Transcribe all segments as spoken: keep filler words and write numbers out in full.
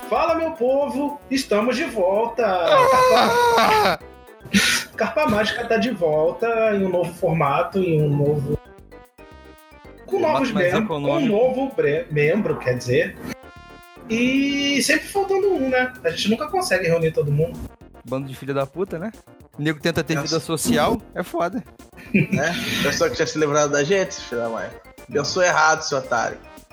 Fala, meu povo, estamos de volta. Carpa... Carpa Mágica tá de volta em um novo formato, em um novo... Com novos membros, com um novo bre... membro, quer dizer. E sempre faltando um, né? A gente nunca consegue reunir todo mundo. Bando de filha da puta, né? O nego tenta ter Nossa. vida social, é foda. Né? Pessoa que tinha se livrado da gente, filho da mãe. Pensou errado, seu otário.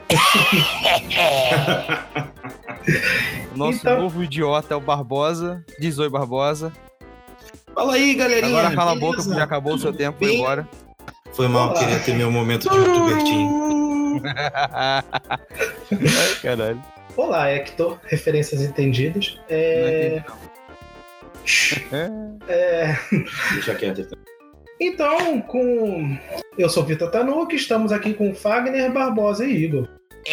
Nosso então... novo idiota é o Barbosa. Diz oi, Barbosa. Fala aí, galerinha. Agora cala a boca, porque já acabou o seu tempo, foi embora. Foi mal, Olá. Queria ter meu momento de youtubertinho. Ai, caralho. Olá, Hector. Referências entendidas. É... é... Deixa quieto, então. Então, com... eu sou Vitor Tanuki, estamos aqui com Fagner, Barbosa e Igor.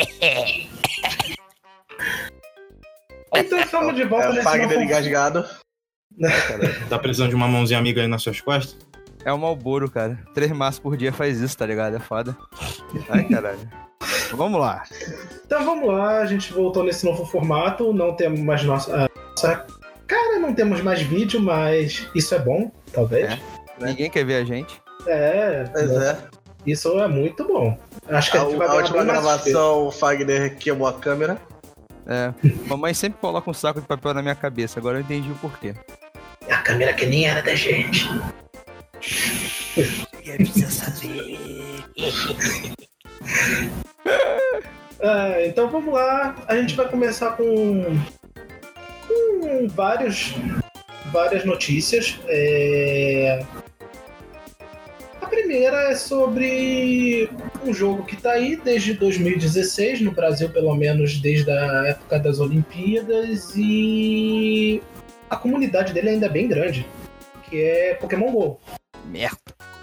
Então estamos de volta é, nesse Fagner novo... engasgado. Tá precisando de uma mãozinha amiga aí nas suas costas? É o Malboro, cara. Três maços por dia faz isso, tá ligado? É foda. Ai, caralho. Vamos lá. Então vamos lá, a gente voltou nesse novo formato, não temos mais nossa... nossa... Cara, não temos mais vídeo, mas isso é bom, talvez. É. Né? Ninguém quer ver a gente. É, pois é. Isso é muito bom. Acho que a, a gente vai a última gravação, o Fagner queimou a câmera. É, mamãe sempre coloca um saco de papel na minha cabeça, agora eu entendi o porquê. A câmera que nem era da gente. Eu preciso saber. ah, então vamos lá. A gente vai começar com, com vários, várias notícias. É... A primeira é sobre um jogo que está aí desde dois mil e dezesseis, no Brasil pelo menos desde a época das Olimpíadas, e a comunidade dele ainda é bem grande, que é Pokémon GO. Merda.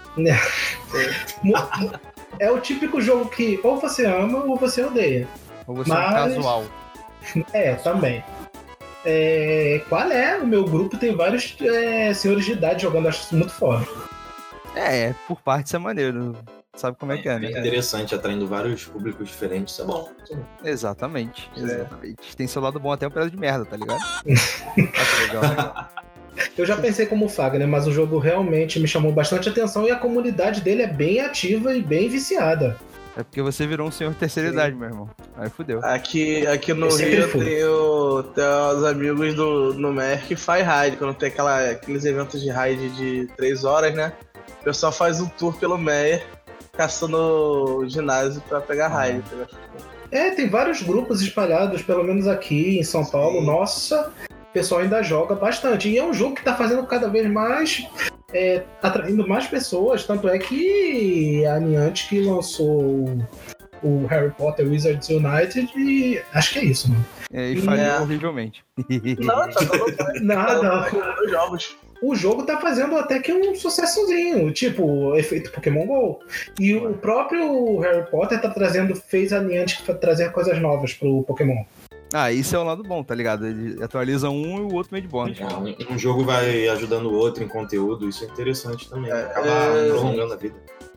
É o típico jogo que ou você ama ou você odeia. Ou você Mas... é um casual. É, também. É... Qual é? O meu grupo tem vários é, senhores de idade jogando, acho isso muito foda. É, por parte isso é maneiro. Sabe como é, é que é, né? É interessante, atraindo vários públicos diferentes, isso é bom. Isso é bom. Exatamente, exatamente. É. Tem seu lado bom até um pedaço de merda, tá ligado? Ah, que legal, legal. Eu já pensei como Fagner, mas o jogo realmente me chamou bastante atenção e a comunidade dele é bem ativa e bem viciada. É porque você virou um senhor de terceira Sim. idade, meu irmão. Aí fudeu. Aqui, aqui no Rio tem, o, tem os amigos do, no Merc que faz raid, quando tem aquela, aqueles eventos de raid de três horas, né? O pessoal faz um tour pelo Meyer, caçando o ginásio pra pegar raid. Tá? É, tem vários grupos espalhados, pelo menos aqui em São Paulo. Sim. Nossa, o pessoal ainda joga bastante. E é um jogo que tá fazendo cada vez mais, é, atraindo mais pessoas. Tanto é que a Niantic lançou o Harry Potter Wizards United e acho que é isso, mano. É, e falhou é. horrivelmente. Não, tá todo Nada. jogos. O jogo tá fazendo até que um sucessozinho, tipo, efeito Pokémon GO. E o próprio Harry Potter tá trazendo, fez a Niantic trazer coisas novas pro Pokémon. Ah, isso é um lado bom, tá ligado? Ele atualiza um e o outro meio de bônus. Um, um jogo vai ajudando o outro em conteúdo, isso é interessante também. É, acaba é... prolongando a vida.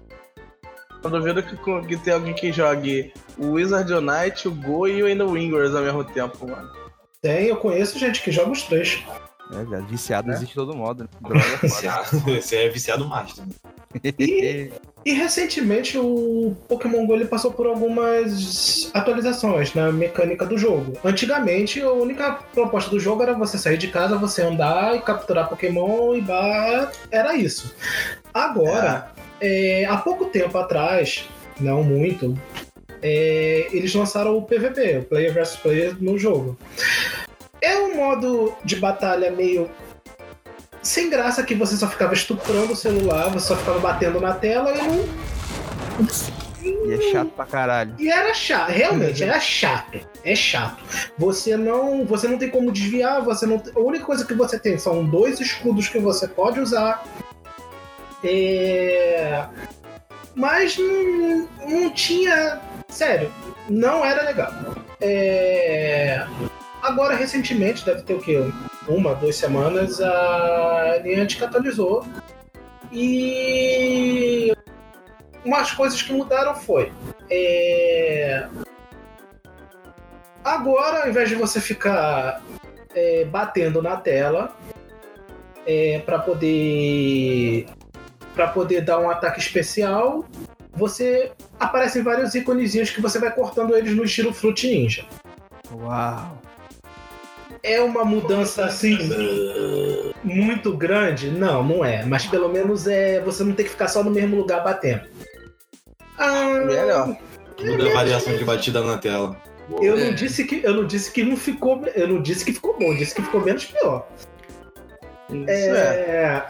Eu duvido que, que tem alguém que jogue o Wizard Unite, o Go e o ainda o Wingers ao mesmo tempo, mano. Tem, eu conheço gente que joga os três. É, velho, viciado é. existe de todo modo. Né? Droga, você é viciado mais também. E, e recentemente o Pokémon GO ele passou por algumas atualizações na mecânica do jogo. Antigamente a única proposta do jogo era você sair de casa, você andar e capturar Pokémon e bah, era isso. Agora, é. É, há pouco tempo atrás, não muito, é, eles lançaram o P V P, o Player versus Player no jogo. É um modo de batalha meio sem graça, que você só ficava estuprando o celular, você só ficava batendo na tela e não... E é chato pra caralho. E era chato, realmente, era chato. É chato. Você não, você não tem como desviar, você não... A única coisa que você tem são dois escudos que você pode usar. É... Mas não, não tinha... Sério, não era legal. É... Agora, recentemente, deve ter o quê? Uma, duas semanas, a Niantic atualizou. E umas coisas que mudaram foi... É... agora, ao invés de você ficar é, batendo na tela é, para poder para poder dar um ataque especial, você aparecem vários íconezinhos que você vai cortando eles no estilo Fruit Ninja. Uau! É uma mudança assim muito grande? Não, não é. Mas pelo menos é você não tem que ficar só no mesmo lugar batendo. Ah, melhor. Muda a variação de batida na tela. Eu não disse que eu não disse que não ficou, eu não disse que ficou bom, eu disse que ficou menos pior. Isso é... é.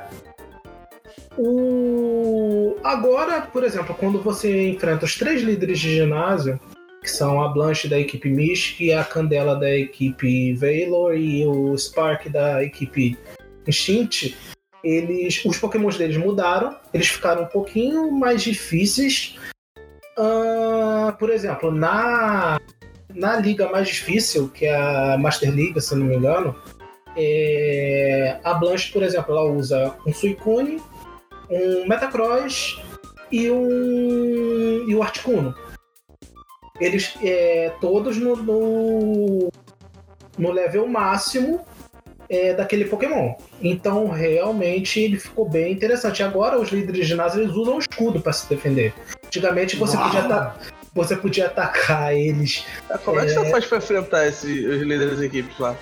O... Agora, por exemplo, quando você enfrenta os três líderes de ginásio, que são a Blanche da equipe Mystic, a Candela da equipe Valor e o Spark da equipe Instinct, eles, os pokémons deles mudaram, eles ficaram um pouquinho mais difíceis. Uh, por exemplo, na, na liga mais difícil, que é a Master League, se não me engano, é, a Blanche, por exemplo, ela usa um Suicune, um Metacross e um e o Articuno. Eles é, todos no, no, no level máximo é, daquele Pokémon. Então realmente ele ficou bem interessante. Agora os líderes de ginásio eles usam escudo para se defender. Antigamente você podia, ta- você podia atacar eles. Como é que é... você faz para enfrentar esse, os líderes das equipes lá?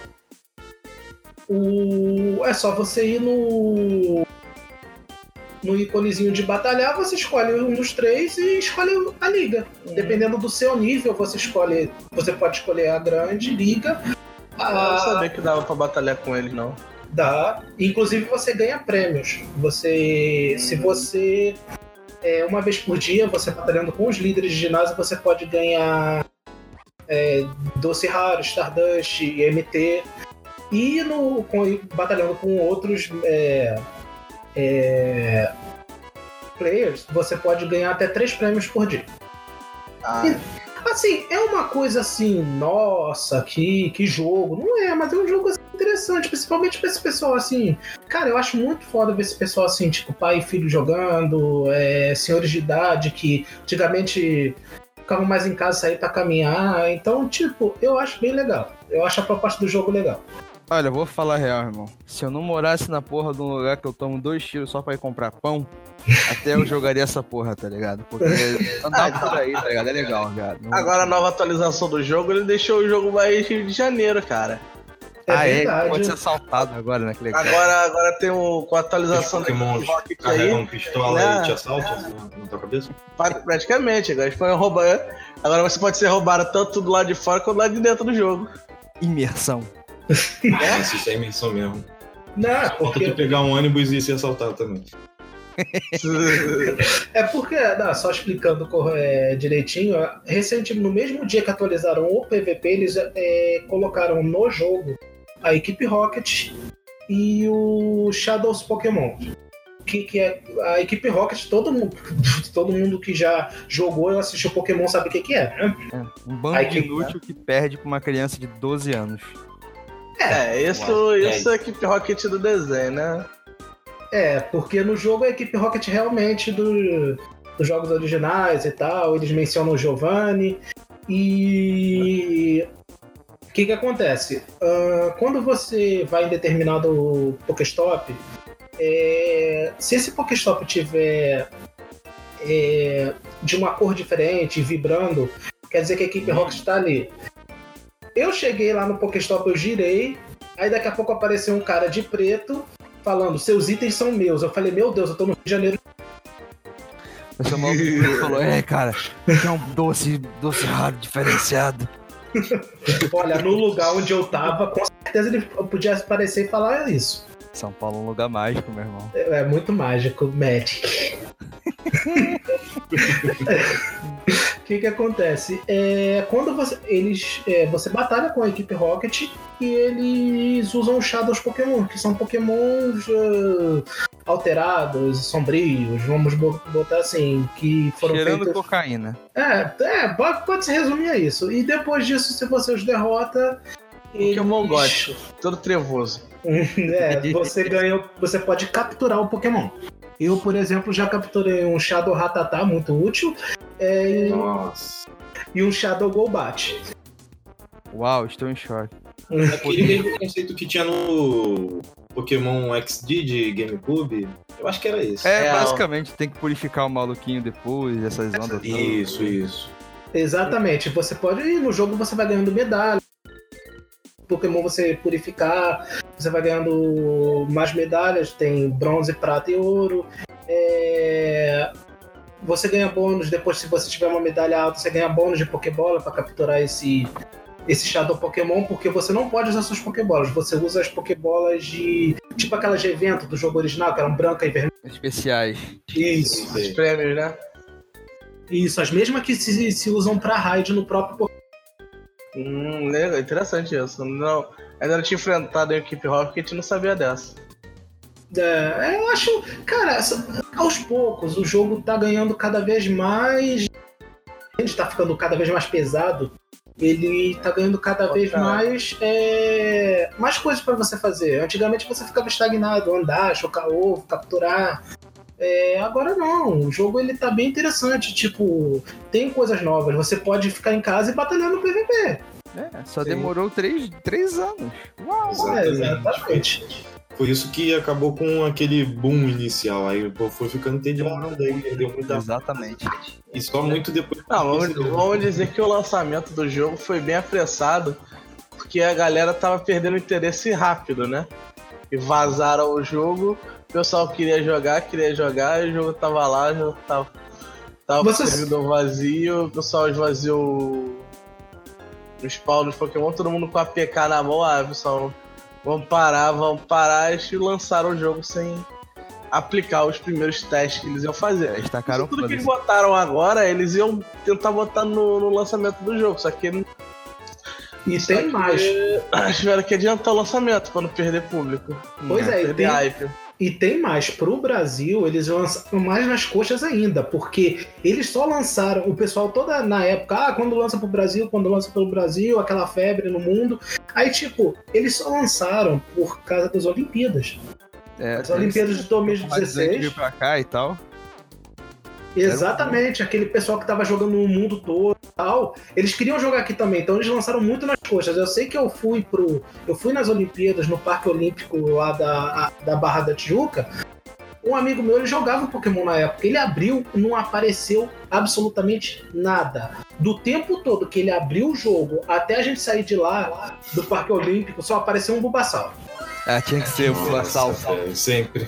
O... É só você ir no no íconezinho de batalhar, você escolhe um dos três e escolhe a liga. Uhum. Dependendo do seu nível, você escolhe. Você pode escolher a grande liga. Ah, eu não sabia que dava pra batalhar com eles, não. Dá. Inclusive você ganha prêmios. Você. Se você. É, uma vez por dia, você batalhando com os líderes de ginásio, você pode ganhar é, doce raro, Stardust, M T. E no, com, batalhando com outros. É, É... players, você pode ganhar até três prêmios por dia. Ah. E, assim, é uma coisa assim, nossa, que, que jogo. Não é, mas é um jogo assim, interessante, principalmente pra esse pessoal assim. Cara, eu acho muito foda ver esse pessoal assim, tipo, pai e filho jogando, é, senhores de idade que antigamente ficavam mais em casa, sair pra caminhar. Então, tipo, eu acho bem legal. Eu acho a proposta do jogo legal. Olha, eu vou falar a real, irmão. Se eu não morasse na porra de um lugar que eu tomo dois tiros só pra ir comprar pão, até eu jogaria essa porra, tá ligado? Porque andar por aí, tá ligado? É legal, cara. Não... Agora a nova atualização do jogo, ele deixou o jogo mais Rio de Janeiro, cara. É ah, verdade. é? Pode ser assaltado agora, né? Que legal. Agora, agora tem um, com a atualização do Rocket aí. Um pistola né? E te assaltam na tua cabeça? Praticamente, agora foi roubar. Agora você pode ser roubado tanto do lado de fora quanto do lado de dentro do jogo. Imersão. Nossa, isso é imersão mesmo. Não, porque... Falta tu pegar um ônibus e ser assaltado também. É porque, não, só explicando é, direitinho, recente, no mesmo dia que atualizaram o P V P, eles é, colocaram no jogo a equipe Rocket e o Shadows Pokémon. Que, que é a equipe Rocket, todo mundo, todo mundo que já jogou e assistiu Pokémon sabe o que, que é, né? É, um bando de equipe, inútil que perde pra uma criança de doze anos. É, é isso, isso é a equipe Rocket do desenho, né? É, porque no jogo a equipe Rocket realmente do, dos jogos originais e tal, eles mencionam o Giovanni e... O que que acontece? Uh, quando você vai em determinado Pokéstop, é, se esse Pokéstop tiver é, de uma cor diferente, vibrando, quer dizer que a equipe Rocket está ali. Eu cheguei lá no Pokéstop, eu girei, aí daqui a pouco apareceu um cara de preto falando, seus itens são meus. Eu falei, meu Deus, eu tô no Rio de Janeiro. O Samuel falou, é, cara, é um doce, doce raro, diferenciado. Olha, no lugar onde eu tava, com certeza ele podia aparecer e falar isso. São Paulo é um lugar mágico, meu irmão. É, é muito mágico, Magic. O que que acontece? É, quando você, eles, é, você batalha com a equipe Rocket e eles usam os Shadows Pokémon, que são Pokémons uh, alterados, sombrios, vamos botar assim, que foram cheirando feitos... cocaína. É, é pode, pode se resumir a isso. E depois disso, se você os derrota... Pokémon eles... gótico, todo trevoso. É, você ganha, você pode capturar o Pokémon. Eu, por exemplo, já capturei um Shadow Rattata, muito útil, é, Nossa. e um Shadow Golbat. Uau, estou em choque. Aquele mesmo conceito que tinha no Pokémon X D de GameCube, eu acho que era esse. É, É, basicamente, tem que purificar o maluquinho depois, essas ondas todas. Isso, isso. Exatamente. Você pode ir no jogo, você vai ganhando medalha. Pokémon você purificar, você vai ganhando mais medalhas, tem bronze, prata e ouro. É... Você ganha bônus depois, se você tiver uma medalha alta, você ganha bônus de Pokébola para capturar esse, esse Shadow Pokémon, porque você não pode usar suas Pokébolas, você usa as Pokébolas de... tipo aquelas de evento do jogo original, que eram branca e vermelha. Especiais. Isso. Os prêmios, né? Isso, as mesmas que se, se usam pra raid no próprio Pokémon. Hum, legal, interessante isso. Não, ainda não tinha enfrentado a equipe Rocket, a gente não sabia dessa. É, eu acho, cara, aos poucos o jogo tá ganhando cada vez mais. Ele tá ficando cada vez mais pesado. Ele tá ganhando cada Pô, vez cara. mais é, mais coisas pra você fazer. Antigamente você ficava estagnado, andar, chocar ovo, capturar. É, agora não, o jogo ele tá bem interessante. Tipo, tem coisas novas. Você pode ficar em casa e batalhar no P V P. É, só Sim. demorou três, três anos. Uau! É, exatamente. Por isso que acabou com aquele boom inicial. Aí pô, foi ficando entediado, daí perdeu muita. Exatamente. E só muito depois. Não, vamos, vamos dizer que o lançamento do jogo foi bem apressado, porque a galera tava perdendo interesse rápido, né? E vazaram o jogo, o pessoal queria jogar, queria jogar, e o jogo tava lá, o jogo tava, tava Você- com o servidor vazio, o pessoal esvaziou os pau dos Pokémon, todo mundo com a P K na mão, ah, pessoal, vamos parar, vamos parar, e lançaram o jogo sem aplicar os primeiros testes que eles iam fazer. Eles tacaram Isso tudo que eles foda-se. botaram agora, eles iam tentar botar no, no lançamento do jogo, só que E só tem que mais. tiveram que adiantar o lançamento pra não perder público. Pois é, e Perder tem, hype. e tem mais. Pro Brasil, eles lançaram mais nas coxas ainda, porque eles só lançaram, o pessoal toda na época, ah, quando lança pro Brasil, quando lança pelo Brasil, aquela febre no mundo. Aí, tipo, eles só lançaram por causa das Olimpíadas. É, As Olimpíadas de dois mil e dezesseis. veio pra cá e tal. Exatamente, aquele pessoal que tava jogando no mundo todo e tal, eles queriam jogar aqui também, então eles lançaram muito nas coxas. Eu sei que eu fui pro. Eu fui nas Olimpíadas, no Parque Olímpico lá da, da Barra da Tijuca. Um amigo meu, ele jogava Pokémon na época. Ele abriu, não apareceu absolutamente nada. Do tempo todo que ele abriu o jogo, até a gente sair de lá, do Parque Olímpico, só apareceu um Bulbasaur. Ah, tinha que ser o Flassal. Nossa, é, sempre.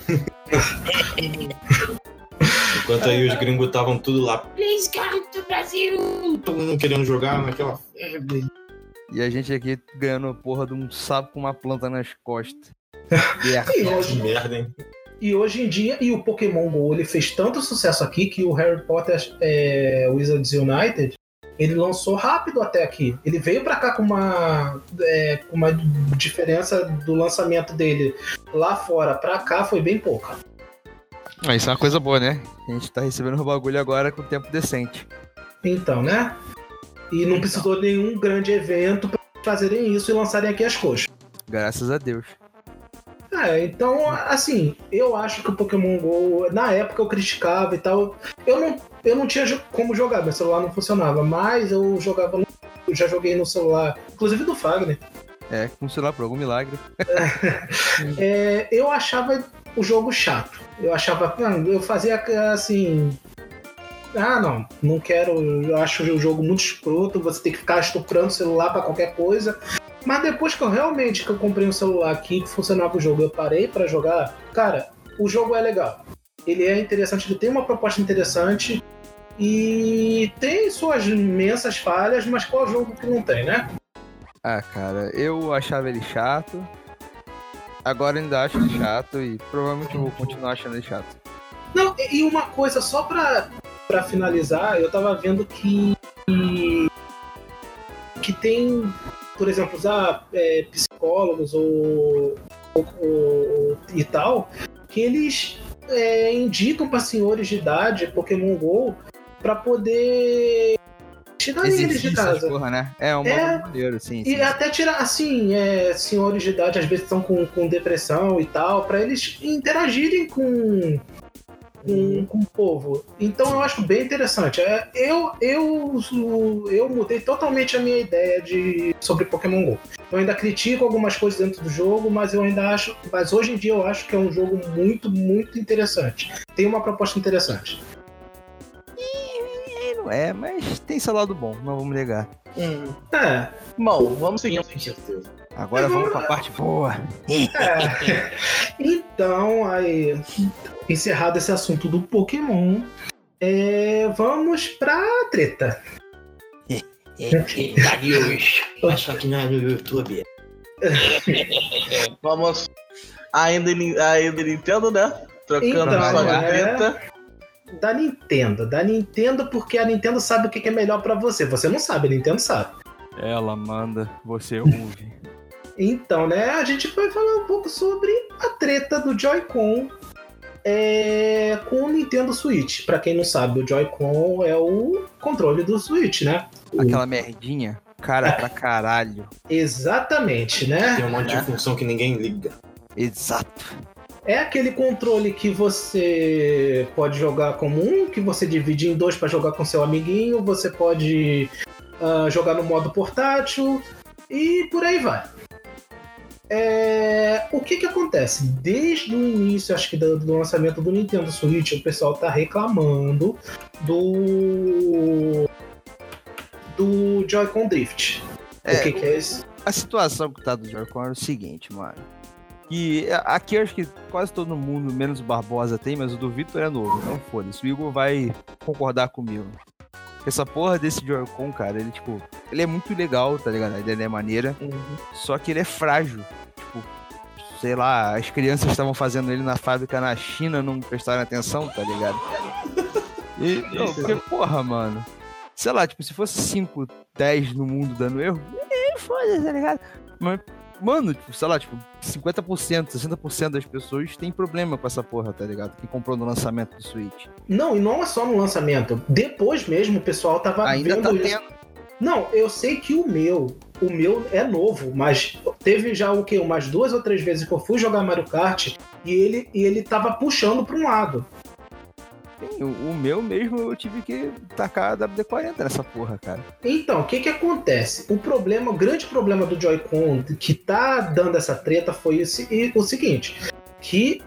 Enquanto aí os gringos estavam tudo lá. Please, cara do Brasil! Todo mundo querendo jogar naquela febre. E a gente aqui ganhando porra de um sapo com uma planta nas costas. E Que hoje, merda, hein? e hoje em dia, e o Pokémon GO, ele fez tanto sucesso aqui que o Harry Potter é, Wizards United, ele lançou rápido até aqui. Ele veio pra cá com uma, é, com uma diferença do lançamento dele lá fora pra cá foi bem pouca. Ah, isso é uma coisa boa, né? A gente tá recebendo o bagulho agora com tempo decente. Então, né? E não precisou de nenhum grande evento pra fazerem isso e lançarem aqui as coxas. Graças a Deus. É, então, assim, eu acho que o Pokémon GO, na época eu criticava e tal, eu não, eu não tinha jo- como jogar, meu celular não funcionava, mas eu jogava, no, eu já joguei no celular, inclusive do Fagner. É, funcionar por algum milagre. É, eu achava o jogo chato, eu achava, ah, eu fazia assim, ah não, não quero, eu acho o jogo muito escroto, você tem que ficar estuprando o celular pra qualquer coisa. Mas depois que eu realmente que eu comprei um celular aqui que funcionava o jogo, eu parei pra jogar, cara, o jogo é legal. Ele é interessante, ele tem uma proposta interessante e tem suas imensas falhas, mas qual jogo que não tem, né? Ah, cara, eu achava ele chato. Agora ainda acho ele chato e provavelmente eu vou continuar achando ele chato. Não, e uma coisa, só pra, pra finalizar, eu tava vendo que que tem, por exemplo, usar é, psicólogos ou, ou, ou e tal, que eles é, indicam para senhores de idade Pokémon GO para poder tirar eles de Exercício, casa. porra, né? É um É, bagulho maneiro, sim. E sim. até tirar, assim, é, senhores de idade às vezes estão com, com depressão e tal, para eles interagirem com com, com o povo. Então eu acho bem interessante. É, eu, eu, eu mudei totalmente a minha ideia de, sobre Pokémon GO. Eu ainda critico algumas coisas dentro do jogo, mas eu ainda acho. Mas hoje em dia eu acho que é um jogo muito, muito interessante. Tem uma proposta interessante. E, não é, mas tem seu lado bom, não vamos negar. Hum. É. Bom, vamos seguir. Agora vamos pra parte boa. É. Então, aí, encerrado esse assunto do Pokémon, é, vamos pra treta. Darius, acho aqui no YouTube. Vamos. Ainda em, ainda em Nintendo, né? Trocando Então, só de é. treta. Da Nintendo. Da Nintendo, porque a Nintendo sabe o que é melhor pra você. Você não sabe, a Nintendo sabe. Ela manda, você ouve. Então, né, a gente vai falar um pouco sobre a treta do Joy-Con é, com o Nintendo Switch. Pra quem não sabe, o Joy-Con é o controle do Switch, né? Aquela merdinha, cara pra caralho. Exatamente, né? Tem um monte de função que ninguém liga. Exato. É aquele controle que você pode jogar como um, que você divide em dois para jogar com seu amiguinho, você pode uh, jogar no modo portátil e por aí vai. É... O que que acontece? Desde o início, acho que do, do lançamento do Nintendo Switch, o pessoal tá reclamando do do Joy-Con Drift. É, o que que é isso? A situação que tá do Joy-Con é o seguinte, mano. Que aqui eu acho que quase todo mundo, menos o Barbosa, tem, mas o do Vitor é novo, então foda-se. O Igor vai concordar comigo. Essa porra desse Joy-Con, cara, ele, tipo, ele é muito legal, tá ligado? A ideia é maneira, Uhum. só que ele é frágil. Tipo, sei lá, as crianças estavam fazendo ele na fábrica na China, não prestaram atenção, tá ligado? E, não, porque, porra, mano, sei lá, tipo, se fosse cinco, dez no mundo dando erro, é foda, tá ligado? Mas, mano, tipo, sei lá, tipo, cinquenta por cento, sessenta por cento das pessoas tem problema com essa porra, tá ligado? Que comprou no lançamento do Switch. Não, e não é só no lançamento. Depois mesmo o pessoal tava Ainda vendo tá isso. tendo. Não, eu sei que o meu, o meu é novo, mas teve já o quê? Umas duas ou três vezes que eu fui jogar Mario Kart e ele, e ele tava puxando pra um lado. Sim, o, o meu mesmo eu tive que tacar a W D quarenta nessa porra, cara. Então, o que que acontece? O problema, o grande problema do Joy-Con que tá dando essa treta foi o, se- o seguinte, que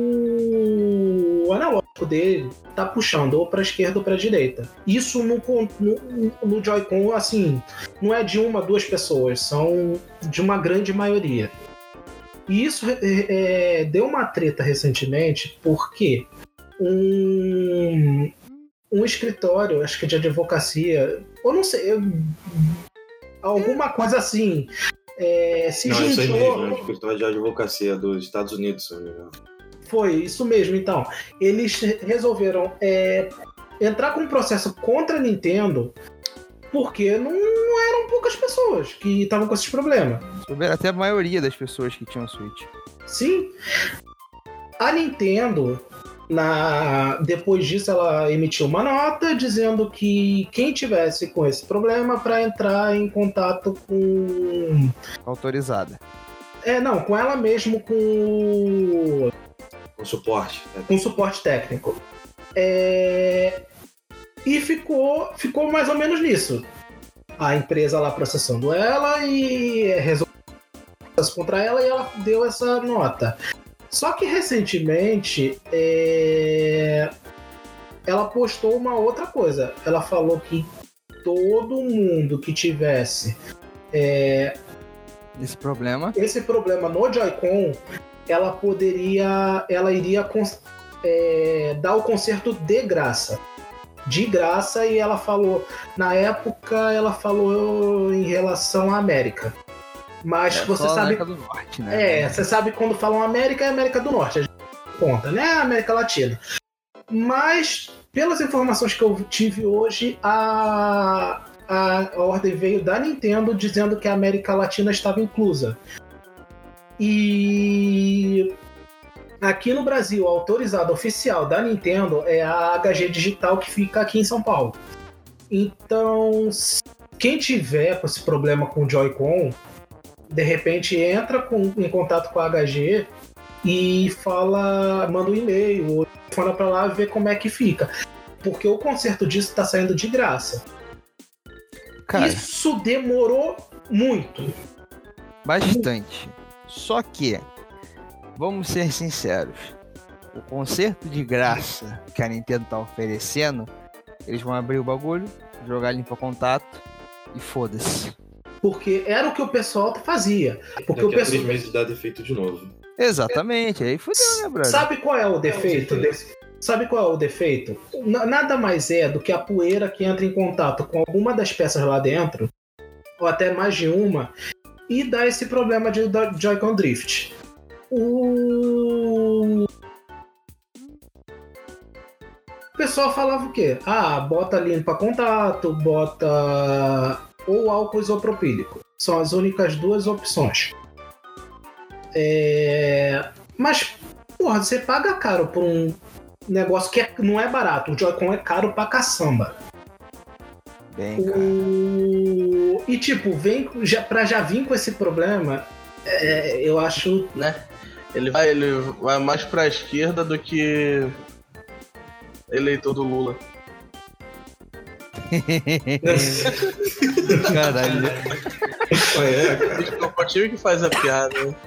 o analógico dele tá puxando ou pra esquerda ou pra direita. Isso no, con- no, no Joy-Con, assim, não é de uma, duas pessoas, são de uma grande maioria. E isso é, é, deu uma treta recentemente, porque um, um escritório, acho que de advocacia, ou não sei, eu- alguma coisa assim, é, se Não, isso aí juntou. mesmo, é o escritório de advocacia dos Estados Unidos, se eu não me engano. Foi, isso mesmo, então. Eles resolveram é, entrar com um processo contra a Nintendo porque não, não eram poucas pessoas que estavam com esses problemas. Souberam até a maioria das pessoas que tinham Switch. Sim. A Nintendo, na... depois disso, ela emitiu uma nota dizendo que quem tivesse com esse problema para entrar em contato com... Autorizada. É, não, com ela mesmo, com Com suporte. Né? com suporte técnico. É... E ficou, ficou mais ou menos nisso. A empresa lá processando ela e resolveu contra ela e ela deu essa nota. Só que recentemente é... ela postou uma outra coisa. Ela falou que todo mundo que tivesse é... Esse problema. esse problema no Joy-Con, ela poderia, ela iria cons- é, dar o conserto de graça. De graça, e ela falou, na época, ela falou em relação à América. Mas É, você só a sabe. América do Norte, né? É, você sabe que quando falam América, é América do Norte. A gente conta, né? América Latina. Mas, pelas informações que eu tive hoje, a, a, a ordem veio da Nintendo dizendo que a América Latina estava inclusa. E aqui no Brasil, a autorizada oficial da Nintendo é a H G Digital, que fica aqui em São Paulo. Então, quem tiver com esse problema com o Joy-Con, de repente entra com, em contato com a H G e fala, manda um e-mail ou telefona pra lá e vê como é que fica. Porque o conserto disso tá saindo de graça. Cara, isso demorou muito. Bastante. Só que, vamos ser sinceros, o conserto de graça que a Nintendo tá oferecendo, eles vão abrir o bagulho, jogar limpa contato e foda-se. Porque era o que o pessoal fazia. Porque Daqui o pessoal... a três meses dá defeito de novo. Exatamente, aí fudeu, né, brother? Sabe qual é o defeito desse... Sabe qual é o defeito? Nada mais é do que a poeira que entra em contato com alguma das peças lá dentro, ou até mais de uma, e dá esse problema de Joy-Con Drift. O... o pessoal falava o quê? Ah, bota limpa contato, bota ou álcool isopropílico. São as únicas duas opções. É... Mas, porra, você paga caro por um negócio que é, não é barato. O Joy-Con é caro pra caçamba. Bem, cara. O... E tipo, vem já, pra já vir com esse problema, é, eu acho... Né? Ele vai, ele vai mais pra esquerda do que eleitor do Lula. Caralho. É, cara. Eu tive que fazer a piada.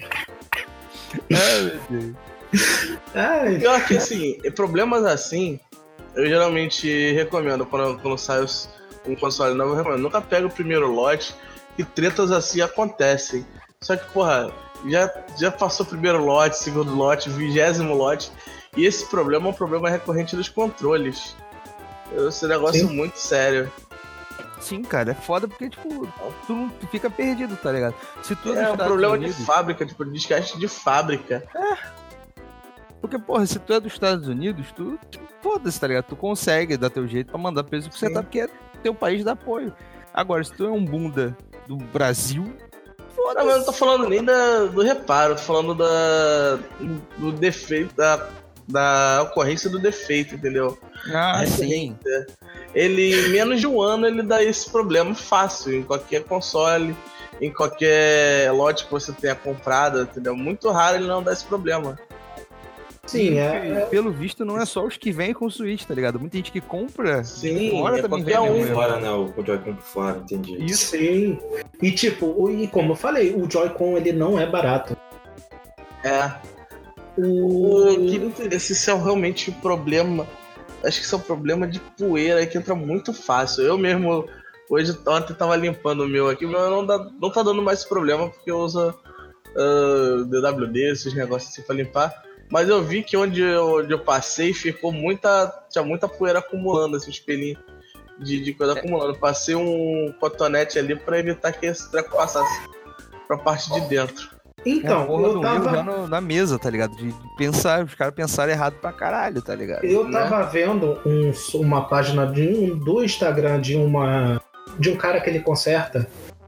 Ai, meu Deus. Ai. Pior que assim, problemas assim, eu geralmente recomendo quando, quando sai um console novo, eu recomendo. Nunca pega o primeiro lote e tretas assim acontecem. Só que, porra, já, já passou o primeiro lote, segundo lote, vigésimo lote, e esse problema é um problema recorrente dos controles. Esse negócio Sim. muito sério. Sim, cara, é foda porque, tipo, tu, não- tu fica perdido, tá ligado? Se tu É um Estados problema Unidos, de fábrica, tipo, desgaste de fábrica. Porque, porra, se tu é dos Estados Unidos, tu, foda-se, tá ligado? Tu consegue dar teu jeito pra mandar peso que você Sim. tá, porque é teu país dá apoio. Agora, se tu é um bunda do Brasil, Não, mas eu não foda-se. tô falando nem da, do reparo, tô falando da, do defeito, da, da ocorrência do defeito, entendeu? Ah, É sim. Ele, em menos de um ano, ele dá esse problema fácil, em qualquer console, em qualquer lote que você tenha comprado, entendeu? Muito raro ele não dar esse problema. Sim, E, é, pelo visto, não é só os que vêm com Switch, tá ligado? Muita gente que compra, Sim, fora é também qualquer vem, um. né, meu? Fora, né? O Joy-Con por fora, entendi. Isso. sim. E tipo, o- e como eu falei, o Joy-Con ele não é barato. É. O... Eu queria entender se isso é realmente um problema. Acho que isso é um problema de poeira que entra muito fácil. Eu mesmo, hoje, ontem tava limpando o meu aqui, mas não, dá, não tá dando mais esse problema porque eu uso uh, D W D, esses negócios assim pra limpar. Mas eu vi que onde eu, onde eu passei ficou muita. Tinha muita poeira acumulando, assim, os pelinhos de, de coisa acumulando. Passei um cotonete ali pra evitar que esse treco passasse pra parte de dentro. É a Então, porra eu do erro já tava, no- na mesa, tá ligado? De de pensar, os caras pensaram errado pra caralho, tá ligado? eu né? tava vendo um- uma página de um, do Instagram de uma de um cara que ele conserta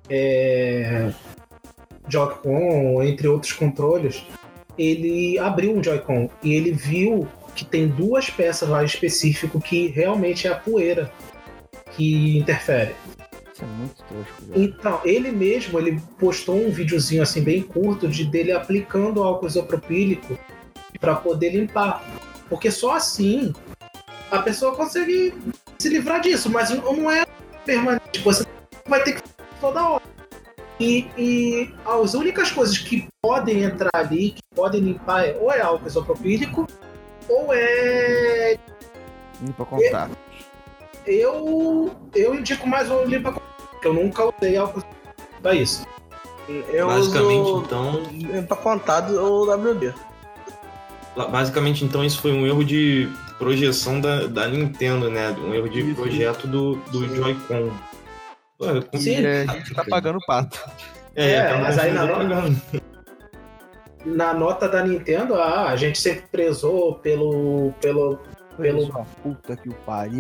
é, Joy-Con, entre outros controles. Ele abriu um Joy-Con e ele viu que tem duas peças lá específico que realmente é a poeira que interfere. Isso é muito tosco, velho. Então, ele mesmo, ele postou um videozinho assim bem curto de dele aplicando álcool isopropílico para poder limpar. Porque só assim a pessoa consegue se livrar disso, mas não é permanente, você vai ter que fazer toda hora. E, e as únicas coisas que podem entrar ali, que podem limpar, é, ou é álcool isopropílico, ou é. Limpa contato. Eu, eu indico mais o limpa porque eu nunca usei álcool pra isso. Eu Basicamente, uso então. pra contado o W D. Basicamente, então, isso foi um erro de projeção da, da Nintendo, né? Um erro de Isso. projeto do, do Joy-Con. Pô, eu- Sim. É, a gente tá pagando o pato. É, É, acaba mas aí na- pagando. Na nota da Nintendo, ah, a gente sempre prezou pelo. pelo Pelo- Pelo... Puta que o pariu.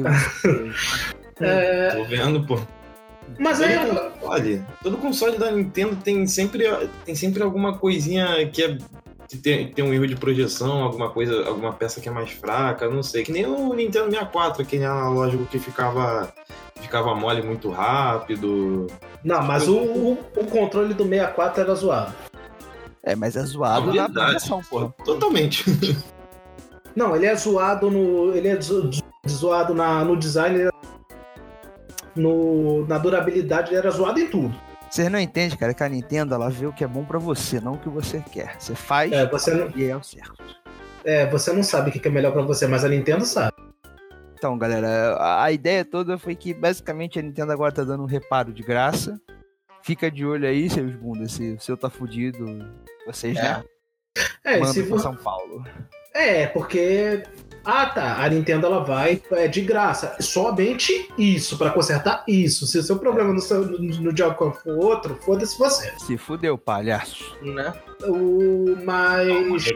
é, Tô vendo, pô. mas aí. Todo, olha, todo console da Nintendo tem sempre, tem sempre alguma coisinha que é. Que tem, tem um erro de projeção, alguma coisa, alguma peça que é mais fraca, não sei. Que nem o Nintendo sessenta e quatro, aquele analógico que ficava, ficava mole muito rápido. Não, mas o, o, o controle do sessenta e quatro era zoado. É, mas é zoado na Verdade. projeção, porra. Totalmente. Não, ele é zoado no. Ele é zo, zoado na, no design, ele é, no, na durabilidade, ele era zoado em tudo. Vocês não entendem, cara, que a Nintendo, ela vê o que é bom pra você, não o que você quer. Você faz é, você não, e é o certo. É, você não sabe o que é melhor pra você, mas a Nintendo sabe. Então, galera, a, a ideia toda foi que, basicamente, a Nintendo agora tá dando um reparo de graça. Fica de olho aí, seus bundas, se o seu tá fudido, vocês, é. né? É, mandam se pra for... São Paulo. É, porque... Ah, tá, a Nintendo, ela vai é de graça. Somente isso, pra consertar isso. Se o seu problema no, seu, no, no Joy-Con for outro, foda-se você. Se fudeu, palhaço. Né? O... Mas...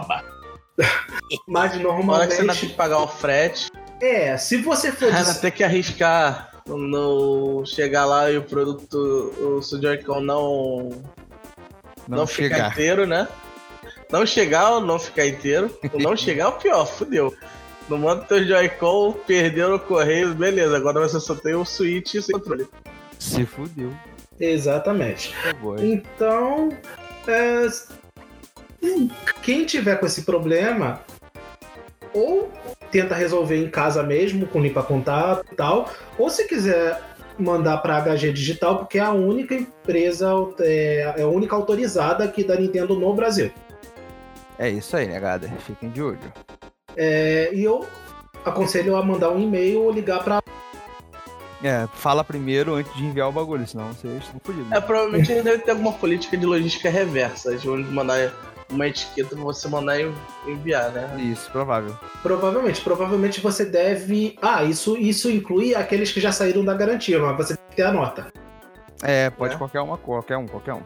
Mas normalmente... Fora que você ainda tem que pagar o frete. É, se você for... Ainda tem que arriscar no chegar lá e o produto, o seu Joy-Con não... Não, não chegar. ficar inteiro, né? Não chegar ou não ficar inteiro. O não chegar é o pior, fudeu. Não manda teu Joy-Con, perdeu no correio, beleza. Agora você só tem o Switch e o controle. Se fudeu. Exatamente. Acabou. Então, é... quem tiver com esse problema, ou tenta resolver em casa mesmo, com limpa-contato e tal, ou se quiser mandar para H G Digital, porque é a única empresa, é a única autorizada aqui da Nintendo no Brasil. É isso aí, negada. Fiquem de olho. É, e eu aconselho a mandar um e-mail ou ligar para... É, fala primeiro antes de enviar o bagulho, senão vocês estão fodidos. É, provavelmente ele deve ter alguma política de logística reversa. Eles vão mandar uma etiqueta pra você mandar e enviar, né? Isso, provável. Provavelmente. Provavelmente você deve... Ah, isso, isso inclui aqueles que já saíram da garantia, mas você tem que ter a nota. É, pode É. qualquer uma, qualquer um, qualquer um.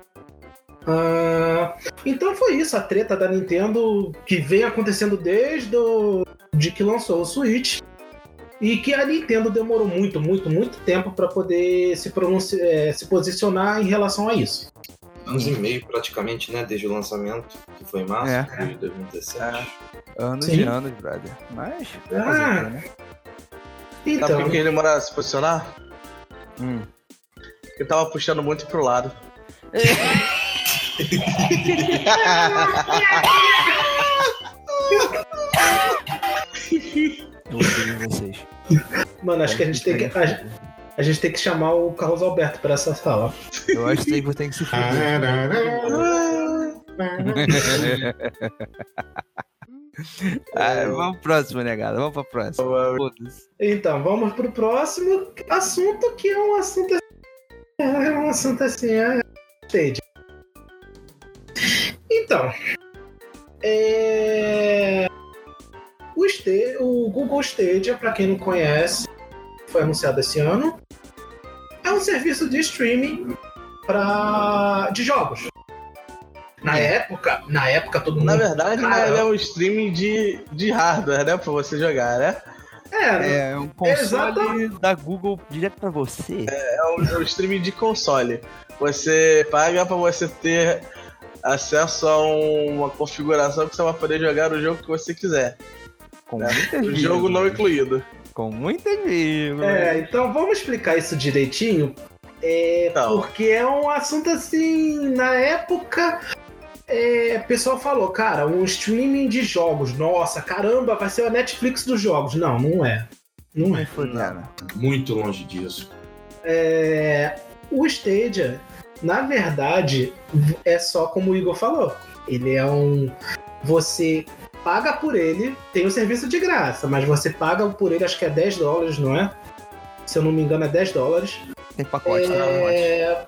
Ah, então foi isso, a treta da Nintendo que vem acontecendo desde o, de que lançou o Switch e que a Nintendo demorou muito, muito, muito tempo para poder se, pronunci- é, se posicionar em relação a isso. Anos e meio praticamente, né? Desde o lançamento, que foi em março É. de dois mil e dezessete. Anos Sim. e anos, brother. Mas. Ah. fazer o quê, né? Então, Sabe por que ele demora a se posicionar? Hum. Ele tava puxando muito pro lado. Eu odeio vocês. mano, acho que a gente tem que a, a gente tem que chamar o Carlos Alberto para essa sala. Eu acho que você tem que se fuder. Ah, vamos pro próximo, negada. Vamos pra próxima. Foda-se. Então, vamos pro próximo assunto, que é um assunto é um assunto assim, é Stadia. Então, é... o, Sta- o Google Stadia, para quem não conhece, foi anunciado esse ano. É um serviço de streaming pra... de jogos. Na época, na época todo mundo... Na verdade, Cara, ele é um streaming de, de hardware, né? Pra você jogar, né? É, É um console Exatamente. da Google direto pra você. É um, é um streaming de console. Você paga pra você ter acesso a um- uma configuração que você vai poder jogar o jogo que você quiser. Com É, muitas O jogo não vírgulas. incluído. Com muitas vírgulas. É, então vamos explicar isso direitinho. É, Então. Porque é um assunto assim, na época, é, o pessoal falou, cara, um streaming de jogos, nossa, caramba, vai ser a Netflix dos jogos. Não, não é. Não é. Fodendo. Muito longe disso. É, o Stadia, na verdade, é só como o Igor falou. Ele é um... Você paga por ele, tem o serviço de graça, mas você paga por ele, acho que é dez dólares, não é? Se eu não me engano, é dez dólares. Tem pacote, né? É,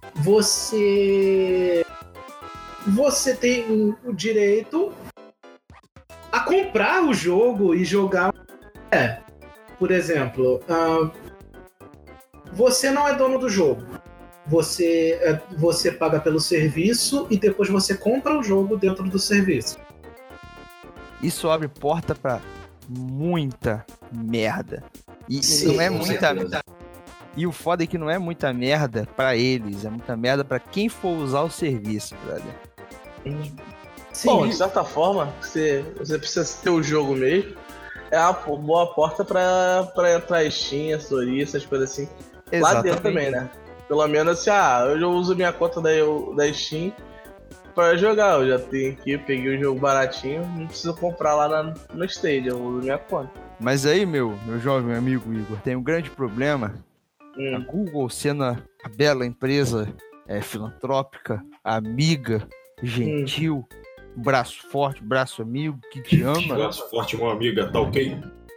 você você tem o direito a comprar o jogo e jogar. É, por exemplo, ah, você não é dono do jogo. Você, é, você paga pelo serviço e depois você compra o jogo dentro do serviço. Isso abre porta pra muita merda. E Sim, não é com muita certeza. merda. E o foda é que não é muita merda pra eles, é muita merda pra quem for usar o serviço, brother. Sim, Bom, de certa forma, você, você precisa ter o jogo mesmo. É uma po- boa porta pra, pra entrar Steam, Story, essas coisas assim. Lá dentro também, né? Pelo menos assim, ah, eu já uso minha conta da, da Steam pra jogar. Eu já tenho aqui, eu peguei o jogo baratinho, não preciso comprar lá na, no Stadia, eu uso minha conta. Mas aí, meu, meu jovem amigo Igor, tem um grande problema. Hum. A Google, sendo a bela empresa é, filantrópica, amiga, gentil, hum. braço forte, braço amigo, que te ama. Braço forte, uma amiga, tá ok?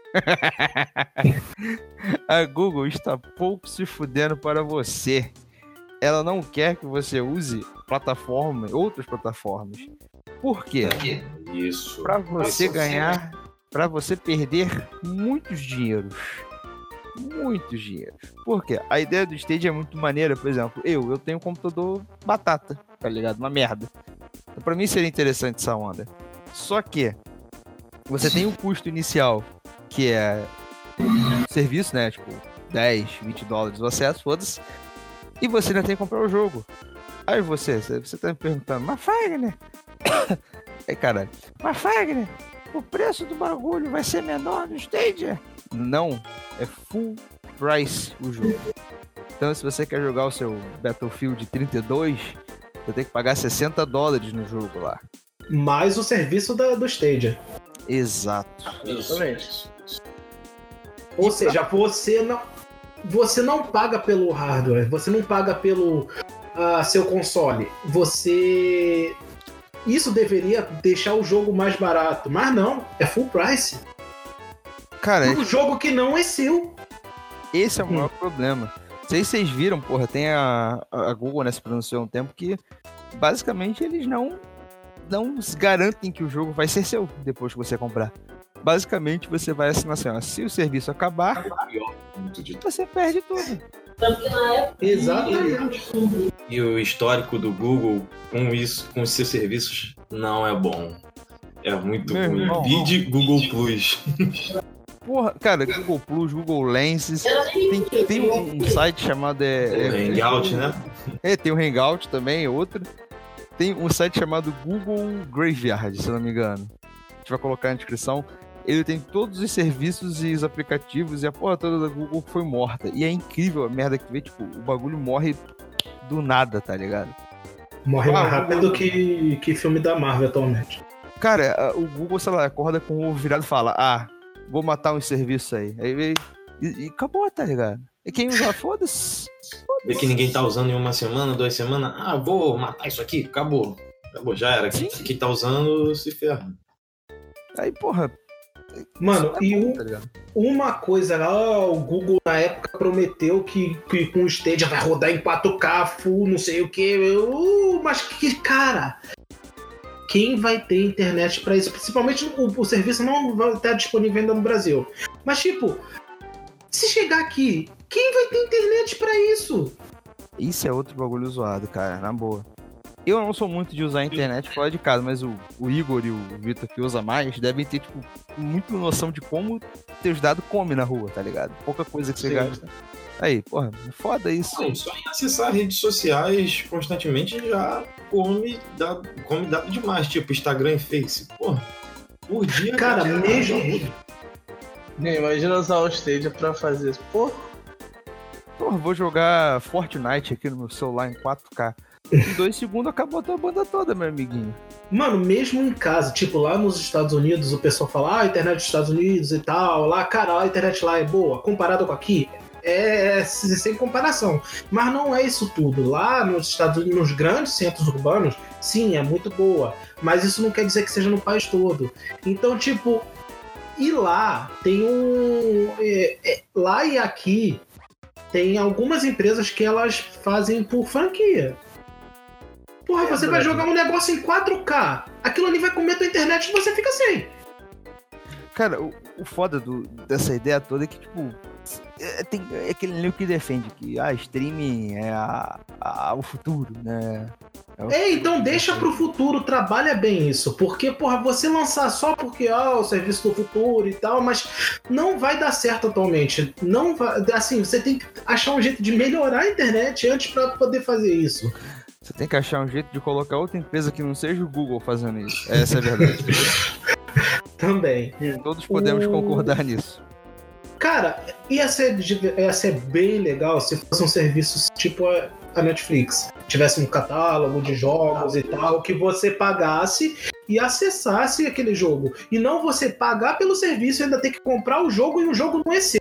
A Google está pouco se fudendo para você. Ela não quer que você use plataforma, outras plataformas. Por quê? Isso. Para você ganhar, para você perder muitos dinheiros. Muitos dinheiros. Por quê? A ideia do Stadia é muito maneira. Por exemplo, eu, eu tenho um computador batata, tá ligado? Uma merda. Então, pra mim seria interessante essa onda. Só que você tem um custo inicial, que é serviço, né? Tipo, dez, vinte dólares o acesso, foda-se. E você ainda tem que comprar o jogo. Aí você, você tá me perguntando, mas Fagner? Aí caralho, mas Fagner, o preço do bagulho vai ser menor no Stadia? Não, é full price o jogo. Então se você quer jogar o seu Battlefield trinta e dois, você tem que pagar sessenta dólares no jogo lá. Mais o serviço da, do Stadia. Exato. Exatamente. Ou seja, você não, você não paga pelo hardware, você não paga pelo uh, seu console. Você... Isso deveria deixar o jogo mais barato, mas não, é full price. Cara, um jogo que não é seu. Esse é o maior hum. problema. Não sei se vocês viram, porra, tem a, a Google, né, se pronunciou há um tempo que basicamente eles não, não garantem que o jogo vai ser seu depois que você comprar. Basicamente você vai assinar assim, ó, se o serviço acabar, você perde tudo. Exatamente. E o histórico do Google com isso, com os seus serviços, não é bom. É muito Meu ruim. irmão, Vide Google Plus. Porra, cara, Google Plus, Google Lenses, tem, tem um, um site chamado... É, é, Hangout, é, né? É, tem o Hangout também, outro. Tem um site chamado Google Graveyard, se eu não me engano. A gente vai colocar na descrição. Ele tem todos os serviços e os aplicativos e a porra toda da Google foi morta. E é incrível a merda que vê, tipo, o bagulho morre do nada, tá ligado? Morre ah, mais rápido Google... que, que filme da Marvel atualmente. Cara, o Google, sei lá, acorda com o ovo virado e fala, ah, vou matar uns serviços aí. Aí e, e acabou, tá ligado? E quem usar, foda-se. Vê que ninguém tá usando em uma semana, duas semanas, ah, vou matar isso aqui, acabou. Acabou, já era. Quem, quem tá usando se ferra. Aí, porra... Mano, é e bom, tá uma coisa lá, o Google na época prometeu que, que com o Stadia vai rodar em quatro K, full, não sei o que. Uh, mas que, cara, quem vai ter internet pra isso? Principalmente o, o serviço não vai estar disponível ainda no Brasil. Mas, tipo, se chegar aqui, quem vai ter internet pra isso? Isso é outro bagulho zoado, cara, na boa. Eu não sou muito de usar a internet fora de casa, mas o, o Igor e o Vitor que usa mais devem ter, tipo, muito noção de como teus dados comem na rua, tá ligado? Pouca coisa que você Sim. gasta. Aí, porra, foda isso. Não, só em acessar redes sociais constantemente já come dado, come dado demais, tipo Instagram e Face. Porra, por dia... Cara, mesmo... Imagina usar o Stadia pra fazer isso. Porra. Porra, vou jogar Fortnite aqui no meu celular em quatro K. Em dois segundos acabou a tua banda toda, meu amiguinho. Mano, mesmo em casa, tipo, lá nos Estados Unidos, o pessoal fala, ah, a internet dos Estados Unidos e tal, lá, cara, a internet lá é boa, comparado com aqui, é sem comparação. Mas não é isso tudo. Lá nos Estados Unidos, nos grandes centros urbanos, sim, é muito boa, mas isso não quer dizer que seja no país todo. Então, tipo, e lá tem um... É, é, lá e aqui tem algumas empresas que elas fazem por franquia. Porra, é, você vai jogar um negócio em quatro K, aquilo ali vai comer tua internet e você fica sem. Cara, o, o foda do, dessa ideia toda é que, tipo, é, tem, é aquele nego que defende que a ah, streaming é a, a, o futuro, né? É, o é futuro, então deixa pro futuro, trabalha bem isso, porque, porra, você lançar só porque, ó, o serviço do futuro e tal, mas não vai dar certo atualmente. Não vai, assim, você tem que achar um jeito de melhorar a internet antes pra poder fazer isso. Você tem que achar um jeito de colocar outra empresa que não seja o Google fazendo isso. Essa é a verdade. Também. Todos podemos o... concordar nisso. Cara, ia ser, ia ser bem legal se fosse um serviço tipo a, a Netflix. Tivesse um catálogo de jogos e tal, que você pagasse e acessasse aquele jogo. E não você pagar pelo serviço e ainda ter que comprar o jogo e o jogo não é seu.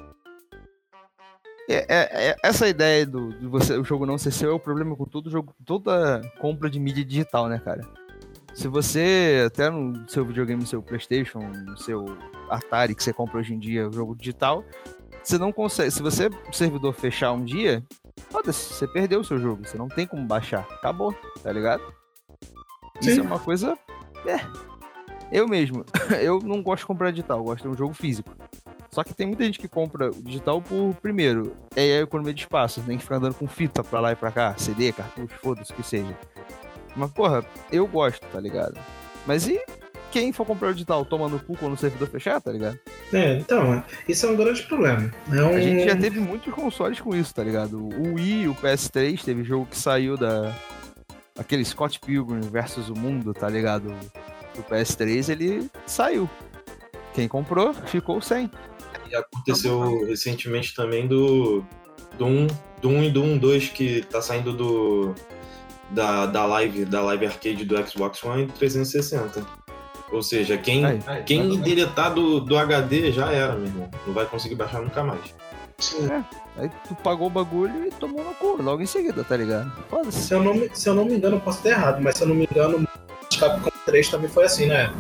É, é, é, essa ideia do, do você, o jogo não ser seu é o problema com todo jogo, toda compra de mídia digital, né, cara? Se você, até no seu videogame, no seu PlayStation, no seu Atari, que você compra hoje em dia, o jogo digital, você não consegue. Se você, o servidor fechar um dia, foda-se, você perdeu o seu jogo, você não tem como baixar. Acabou, tá ligado? Sim. Isso é uma coisa. É. Eu mesmo, eu não gosto de comprar digital, eu gosto de um jogo físico. Só que tem muita gente que compra o digital por, primeiro, é a economia de espaço, tem que ficar andando com fita pra lá e pra cá, C D, cartucho, foda-se o que seja. Mas, porra, eu gosto, tá ligado? Mas e quem for comprar o digital toma no cu quando o servidor fechar, tá ligado? É, então, isso é um grande problema. É um... A gente já teve muitos consoles com isso, tá ligado? O Wii, o P S três, teve jogo que saiu da... Aquele Scott Pilgrim versus o Mundo, tá ligado? Do P S três, ele saiu. Quem comprou, ficou sem. E aconteceu recentemente também do Doom, Doom e Doom dois, que tá saindo do... Da, da live, da live arcade do Xbox One trezentos e sessenta. Ou seja, quem, aí, aí, quem aí, deletar do, do H D já era, meu irmão. Não vai conseguir baixar nunca mais. É, aí tu pagou o bagulho e tomou no cu logo em seguida, tá ligado? Se eu, não, se eu não me engano, eu posso ter errado, mas se eu não me engano, o Capcom três também foi assim, né?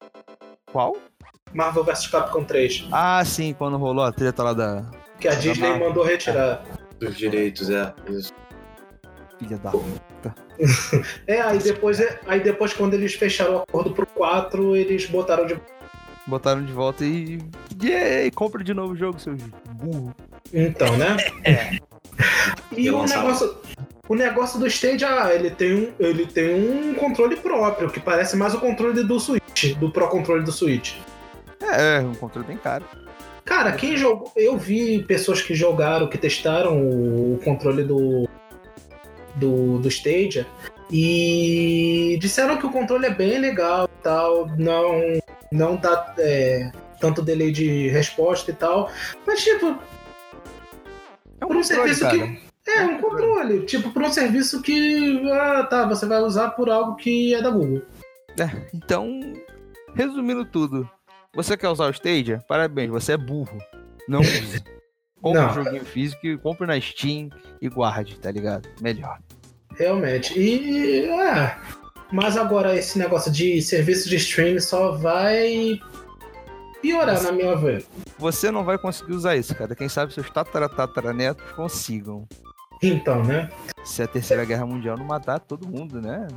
Qual? Marvel versus. Capcom três. Ah, sim, quando rolou a treta lá da... Que a da Disney Marvel. Mandou retirar. Dos direitos, é. Isso. Filha da puta. É, aí depois, aí depois quando eles fecharam o acordo pro quatro, eles botaram de Botaram de volta e... Yeah, compra de novo o jogo, seu burro. Então, né? É. E o negócio, o negócio do Stadia, ele tem, um, ele tem um controle próprio, que parece mais o controle do Switch, do Pro Controle do Switch. É, é um controle bem caro. Cara, quem jogou... Eu vi pessoas que jogaram, que testaram o controle do... Do, do Stadia e disseram que o controle é bem legal e tal, não, não dá é, tanto delay de resposta e tal, mas tipo é um, um serviço cara. que é um controle, tipo, para um serviço que ah, tá, você vai usar por algo que é da Google. É, então, resumindo tudo, você quer usar o Stadia? Parabéns, você é burro, não use. Compre um joguinho físico, compre na Steam e guarde, tá ligado? Melhor. Realmente. E. Ah, mas agora esse negócio de serviço de streaming só vai piorar, você, na minha ver. Você não vai conseguir usar isso, cara. Quem sabe seus tataratataranetos consigam. Então, né? Se a Terceira Guerra Mundial não matar todo mundo, né?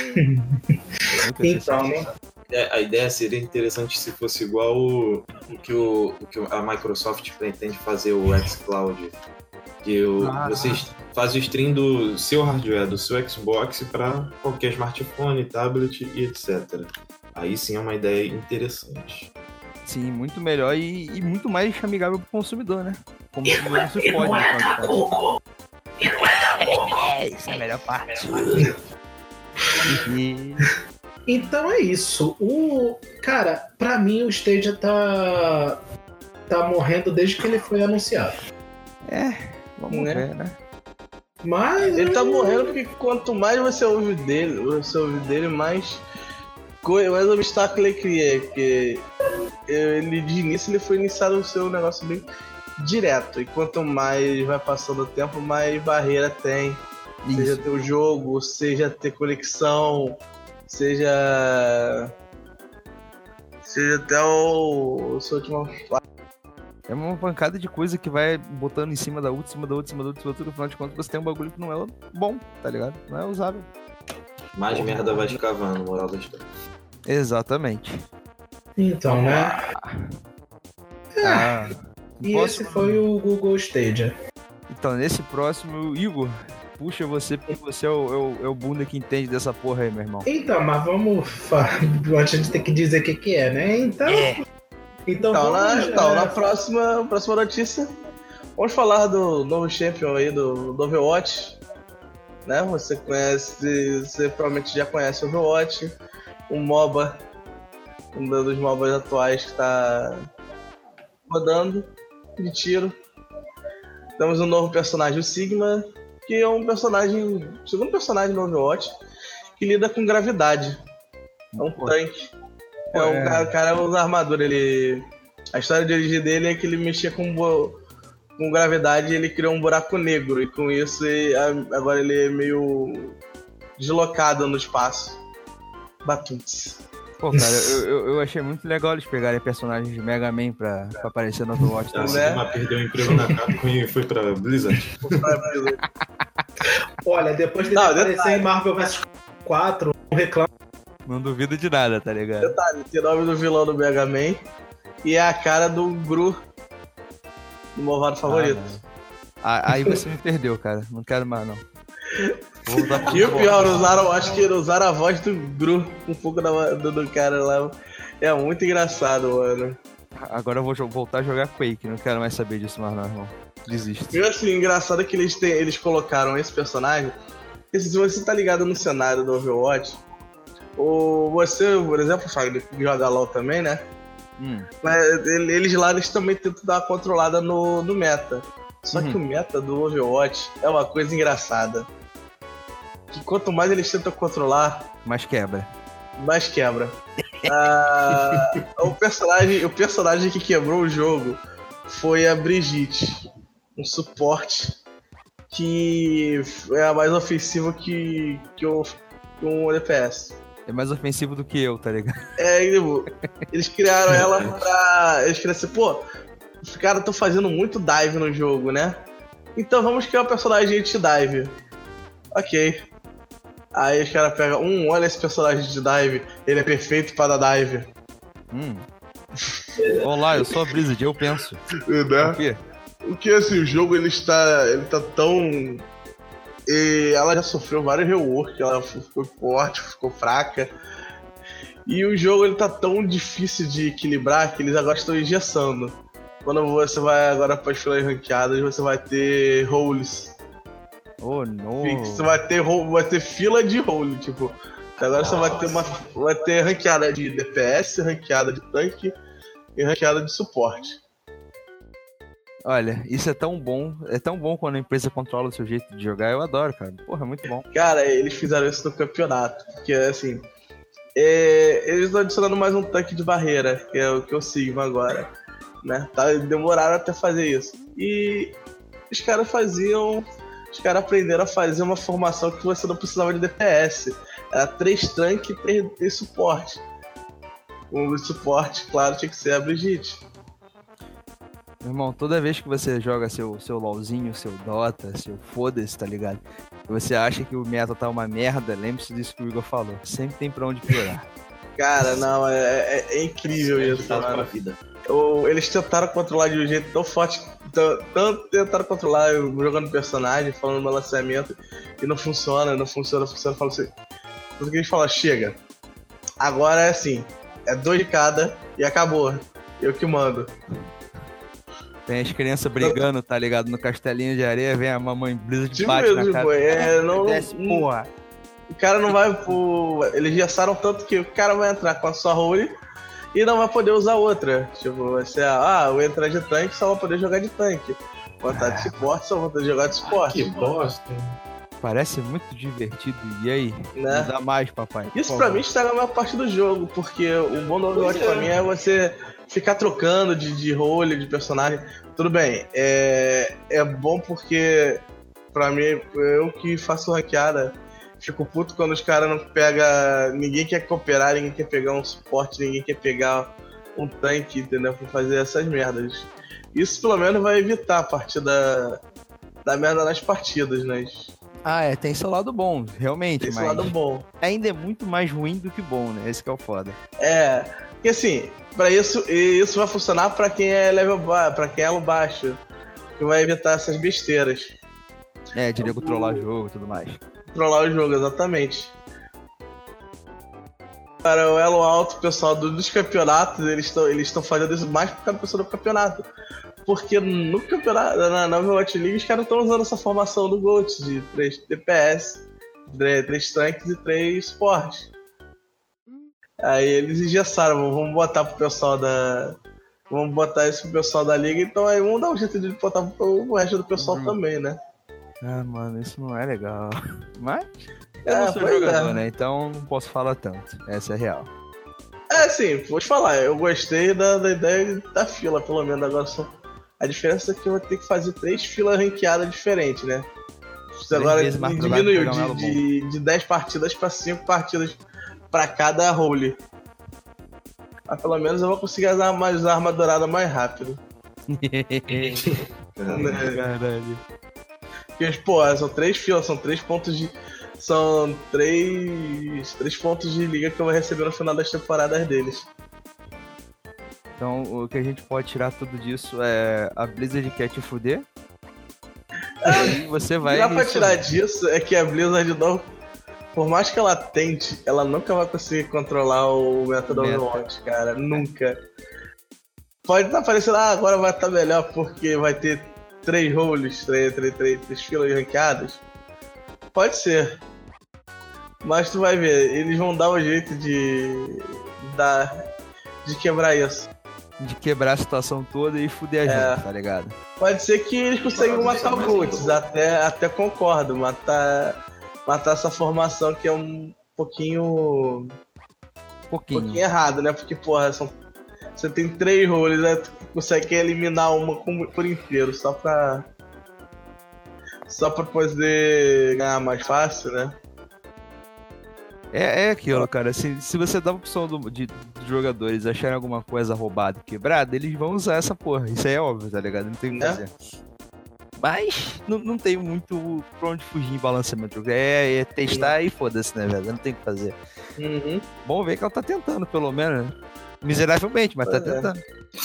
Então, né? A ideia seria interessante se fosse igual o, o, que, o, o que a Microsoft pretende fazer, o xCloud. Que o, ah, vocês fazem o stream do seu hardware, do seu Xbox para qualquer smartphone, tablet e etcétera. Aí sim é uma ideia interessante. Sim, muito melhor e, e muito mais amigável para o consumidor, né? Como se não se pode. Não é da Google. E não é da Google. É, isso é a melhor parte. e... Então é isso. O cara, pra mim o Stadia tá tá morrendo desde que ele foi anunciado. É, vamos né? ver, né? Mas ele tá morrendo porque quanto mais você ouve dele, você ouve dele, mais mais obstáculo ele cria, porque ele de início ele foi iniciado o seu negócio bem direto, e quanto mais vai passando o tempo, mais barreira tem. Isso. Seja ter o jogo, seja ter conexão, seja seja até o, o seu último... É uma pancada de coisa que vai botando em cima da outra, em cima da outra, em cima da outra, em cima da outra, no final de contas você tem um bagulho que não é bom, tá ligado? Não é usável. Mais Porra, merda vai escavando, moral da história. Exatamente. Então, né? Ah, e posso... esse foi o Google Stadia. Então, nesse próximo, Igor, puxa você, porque você é o, é, o, é o bunda que entende dessa porra aí, meu irmão. Então, mas vamos... Antes a gente tem que dizer o que que é, né? Então... É. Então, então, vamos, na, então na próxima, próxima notícia, vamos falar do novo champion aí, do, do Overwatch. Né? Você conhece, você provavelmente já conhece o Overwatch, um MOBA, um dos MOBAs atuais que está rodando. de tiro. Temos um novo personagem, o Sigma, que é um personagem, o segundo personagem do Overwatch, que lida com gravidade. É um Pô. tanque. É um cara, o cara usa armadura, ele... A história de origem dele é que ele mexia com, com gravidade e ele criou um buraco negro. E com isso, ele... agora ele é meio deslocado no espaço. Batuts. Pô, cara, eu, eu, eu achei muito legal eles pegarem personagens de Mega Man pra, pra aparecer no Overwatch. A Sigma perdeu o emprego na Capcom e foi pra Blizzard. Olha, depois de Não, aparecer detalhe. em Marvel versus. quatro, não reclama. Não duvido de nada, tá ligado? Detalhe, tem o nome do vilão do Mega Man e é a cara do Gru, do malvado favorito. Ah, aí você me perdeu, cara. Não quero mais, não. Vou voltar pro E o futebol. pior, usaram, acho que usaram a voz do Gru um pouco da, do, do cara lá. É muito engraçado, mano. Agora eu vou jo- voltar a jogar Quake. Não quero mais saber disso mais, não, irmão. Desisto. E assim, engraçado é que eles, têm, eles colocaram esse personagem. Porque se você tá ligado no cenário do Overwatch, ou você, por exemplo, Fagner, que joga LoL também, né? Hum. Mas eles lá eles também tentam dar uma controlada no, no meta. Só Uhum. que o meta do Overwatch é uma coisa engraçada. Que quanto mais eles tentam controlar, Mas quebra. mais quebra. Ah, o, personagem, o personagem que quebrou o jogo foi a Brigitte, um suporte que é a mais ofensiva que, que, o, que um D P S. É mais ofensivo do que eu, tá ligado? É, tipo, eles criaram ela pra. Eles criaram assim, pô, os caras estão fazendo muito dive no jogo, né? Então vamos criar um personagem de dive. Ok. Aí os caras pegam, hum, olha esse personagem de dive, ele é perfeito para dar dive. Hum. Olá, eu sou a Blizzard, eu penso. Né? O quê? Porque assim, o jogo ele está, ele tá tão... E ela já sofreu vários rework, ela ficou forte, ficou fraca. E o jogo ele tá tão difícil de equilibrar que eles agora estão engessando. Quando você vai agora para as filas ranqueadas, você vai ter roles. Oh, não. Você vai ter, ro- vai ter fila de role, tipo. Agora você vai ter uma. Vai ter ranqueada de D P S, ranqueada de tanque e ranqueada de suporte. Olha, isso é tão bom. É tão bom quando a empresa controla o seu jeito de jogar. Eu adoro, cara. Porra, é muito bom. Cara, eles fizeram isso no campeonato. Porque assim. é, eles estão adicionando mais um tanque de barreira, que é o que eu sigo agora. Né? Tá, demoraram até fazer isso. E os caras faziam. Os caras aprenderam a fazer uma formação que você não precisava de D P S. Era três tanques e três, três suporte. O suporte, claro, tinha que ser a Brigitte. Meu irmão, toda vez que você joga seu, seu LOLzinho, seu Dota, seu foda-se, tá ligado? E você acha que o meta tá uma merda, lembre-se disso que o Igor falou. Sempre tem pra onde piorar. Cara, não, é, é- é incrível isso, Resultado para a mano. vida. O- Eles tentaram controlar de um jeito tão forte, tão- tanto tentaram controlar eu jogando personagem, falando no balanceamento, e não funciona, não funciona, não funciona. Fala assim. Tudo que eles falam, chega. Agora é assim, é dois de cada e acabou. Eu que mando. Tem as crianças brigando, tá ligado? No castelinho de areia, vem a mamãe Blizzard Tipo bate isso, na cara. tipo, é, não, Desce, não- porra. O cara não vai pro. Eles gestaram tanto que o cara vai entrar com a sua role e não vai poder usar outra. Tipo, vai ser, ah, eu entrar de tanque, só vai poder jogar de tanque. Botar de suporte, só vai poder jogar de suporte. Que bosta. Parece muito divertido. E aí? Né? Me dá mais, papai. Isso Por pra favor. mim estraga a maior parte do jogo, porque o bom do Overwatch Pois é. pra mim é você ficar trocando de, de role, de personagem. Tudo bem, é, é bom porque pra mim, eu que faço ranqueada, fico puto quando os caras não pegam. Ninguém quer cooperar, ninguém quer pegar um suporte, ninguém quer pegar um tanque, entendeu? Pra fazer essas merdas. Isso pelo menos vai evitar a parte da, da merda nas partidas, né? Ah, é, tem seu lado bom, realmente, Esse mas lado bom. ainda é muito mais ruim do que bom, né? Esse que é o foda. É, porque assim, pra isso, e isso vai funcionar pra quem é level ba- pra quem é elo baixo, que vai evitar essas besteiras. É, de nego trollar o jogo e tudo mais. Trollar o jogo, exatamente. Para o elo alto, o pessoal do- dos campeonatos, eles estão eles estão fazendo isso mais por causa do pessoal do campeonato. Porque no campeonato, na, na Overwatch League, os caras estão usando essa formação do GOAT de três D P S, três tanques e três suportes. Aí eles engessaram, vamos botar pro pessoal da, vamos botar isso pro pessoal da liga, então aí vamos dar um jeito de botar pro resto do pessoal uhum. também, né? Ah, mano, isso não é legal. Mas eu é, não sou jogador, é. né? Então não posso falar tanto. Essa é a real. É, sim, vou te falar, eu gostei da, da ideia da fila, pelo menos. Agora só. A diferença é que eu vou ter que fazer três filas ranqueadas diferentes, né? Agora diminuiu de, de, de dez partidas pra cinco partidas pra cada role. Mas pelo menos eu vou conseguir usar mais a arma dourada mais rápido. Caralho. Porque, pô, são três filas, são três pontos de. São três. Três pontos de liga que eu vou receber no final das temporadas deles. Então o que a gente pode tirar tudo disso é a Blizzard quer te fuder. E você vai. O que dá pra tirar disso é que a Blizzard não. Por mais que ela tente, ela nunca vai conseguir controlar o meta do Overwatch, cara. Nunca. Pode estar parecendo, ah, agora vai estar melhor porque vai ter três roles, três, três, três, três filas ranqueadas. Pode ser. Mas tu vai ver, eles vão dar um jeito de. Dar, de quebrar isso. De quebrar a situação toda e fuder a é. gente, tá ligado? Pode ser que eles consigam matar o Roots, até, até concordo, matar, matar essa formação que é um pouquinho. Pouquinho. Um pouquinho errado, né? Porque, porra, são, você tem três roles, né? Tu consegue eliminar uma por inteiro, só pra. Só pra poder ganhar mais fácil, né? É, é aquilo, cara. Se, se você dá a opção do, de, de jogadores acharem alguma coisa roubada, quebrada, eles vão usar essa porra. Isso aí é óbvio, tá ligado? Não tem o que fazer. Mas não, não tem muito pra onde fugir em balanceamento. É, é testar e foda-se, né, velho? Não tem o que fazer. Uhum. Bom ver que ela tá tentando, pelo menos. Miseravelmente, mas tá tentando.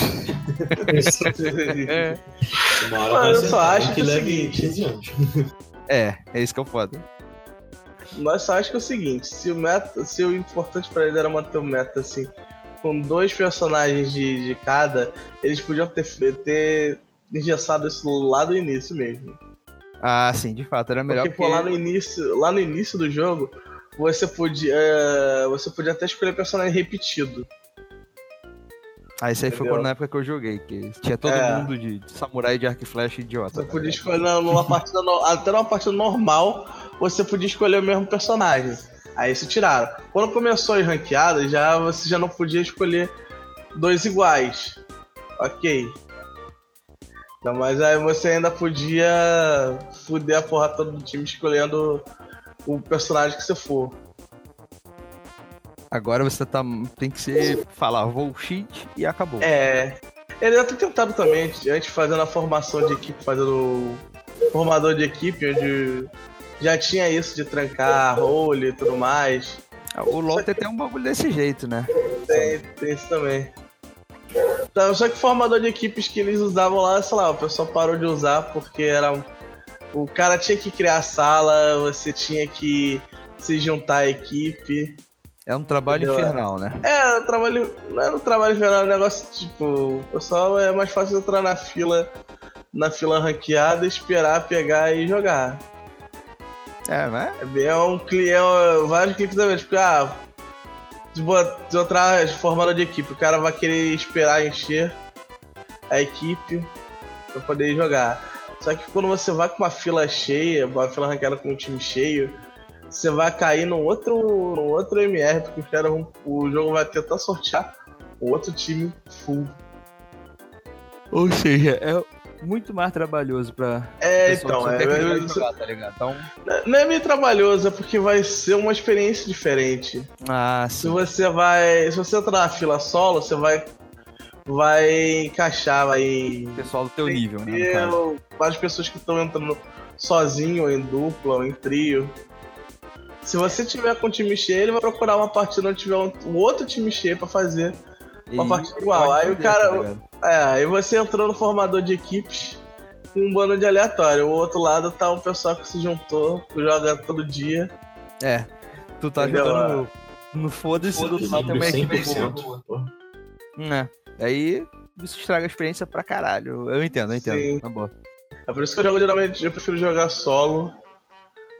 É. Mano, eu só acho que é o seguinte. É, é isso que eu foda. Mas só acho que é o seguinte, se o meta, se o importante pra ele era manter o meta assim, com dois personagens de, de cada, eles podiam ter, ter engessado isso lá do início mesmo. Ah, sim, de fato, era melhor. Porque, porque... pô, lá no início, lá no início do jogo, você podia, uh, você podia até escolher personagem repetido. Ah, isso aí Entendeu? Foi quando, na época que eu joguei, que tinha todo é. mundo de, de samurai de arco e flecha idiota. Você tá podia escolher numa partida, até numa partida normal, você podia escolher o mesmo personagem. Aí isso tiraram. Quando começou as ranqueadas, já, você já não podia escolher dois iguais. Ok. Então, mas aí você ainda podia fuder a porra toda do time escolhendo o personagem que você for. Agora você tá, tem que ser, falar, vou cheat e acabou. É. Ele já tem tentado também, antes fazendo a formação de equipe, fazendo o formador de equipe, onde já tinha isso de trancar role e tudo mais. O LoL tem até um bagulho desse jeito, né? Tem, tem isso também. Então, só que o formador de equipes que eles usavam lá, sei lá, o pessoal parou de usar porque era. O cara tinha que criar a sala, você tinha que se juntar à equipe. É um trabalho Entendeu? infernal, né? É, um trabalho, não é um trabalho infernal, é um negócio tipo, o pessoal é mais fácil entrar na fila, na fila ranqueada, esperar, pegar e jogar. É, né? É um cliente, é vários cliques da vez, porque, ah, de entrar formando de equipe, o cara vai querer esperar encher a equipe pra poder jogar. Só que quando você vai com uma fila cheia, uma fila ranqueada com um time cheio, você vai cair num outro, num outro M R, porque os caras vão, o jogo vai tentar sortear um outro time full. Ou seja, é muito mais trabalhoso pra... É, então, é... é jogar, tá ligado? Então... Não é meio trabalhoso, é porque vai ser uma experiência diferente. Ah, sim. Se você vai... Se você entrar na fila solo, você vai... Vai encaixar, vai... Pessoal do teu Tem nível, né? Eu, várias pessoas que estão entrando sozinho, ou em dupla, ou em trio. Se você tiver com o time cheio, ele vai procurar uma partida onde tiver um, um outro time cheio pra fazer uma e partida igual. Aí o cara... Tá é, aí você entrou no formador de equipes com um bando de aleatório. O outro lado tá um pessoal que se juntou, que joga todo dia. É, tu tá Entendeu? jogando no, no foda-se, do outro lado também cem por cento. É, aí isso estraga a experiência pra caralho. Eu entendo, eu entendo. Sim. Tá bom. É por isso que eu jogo geralmente, eu prefiro jogar solo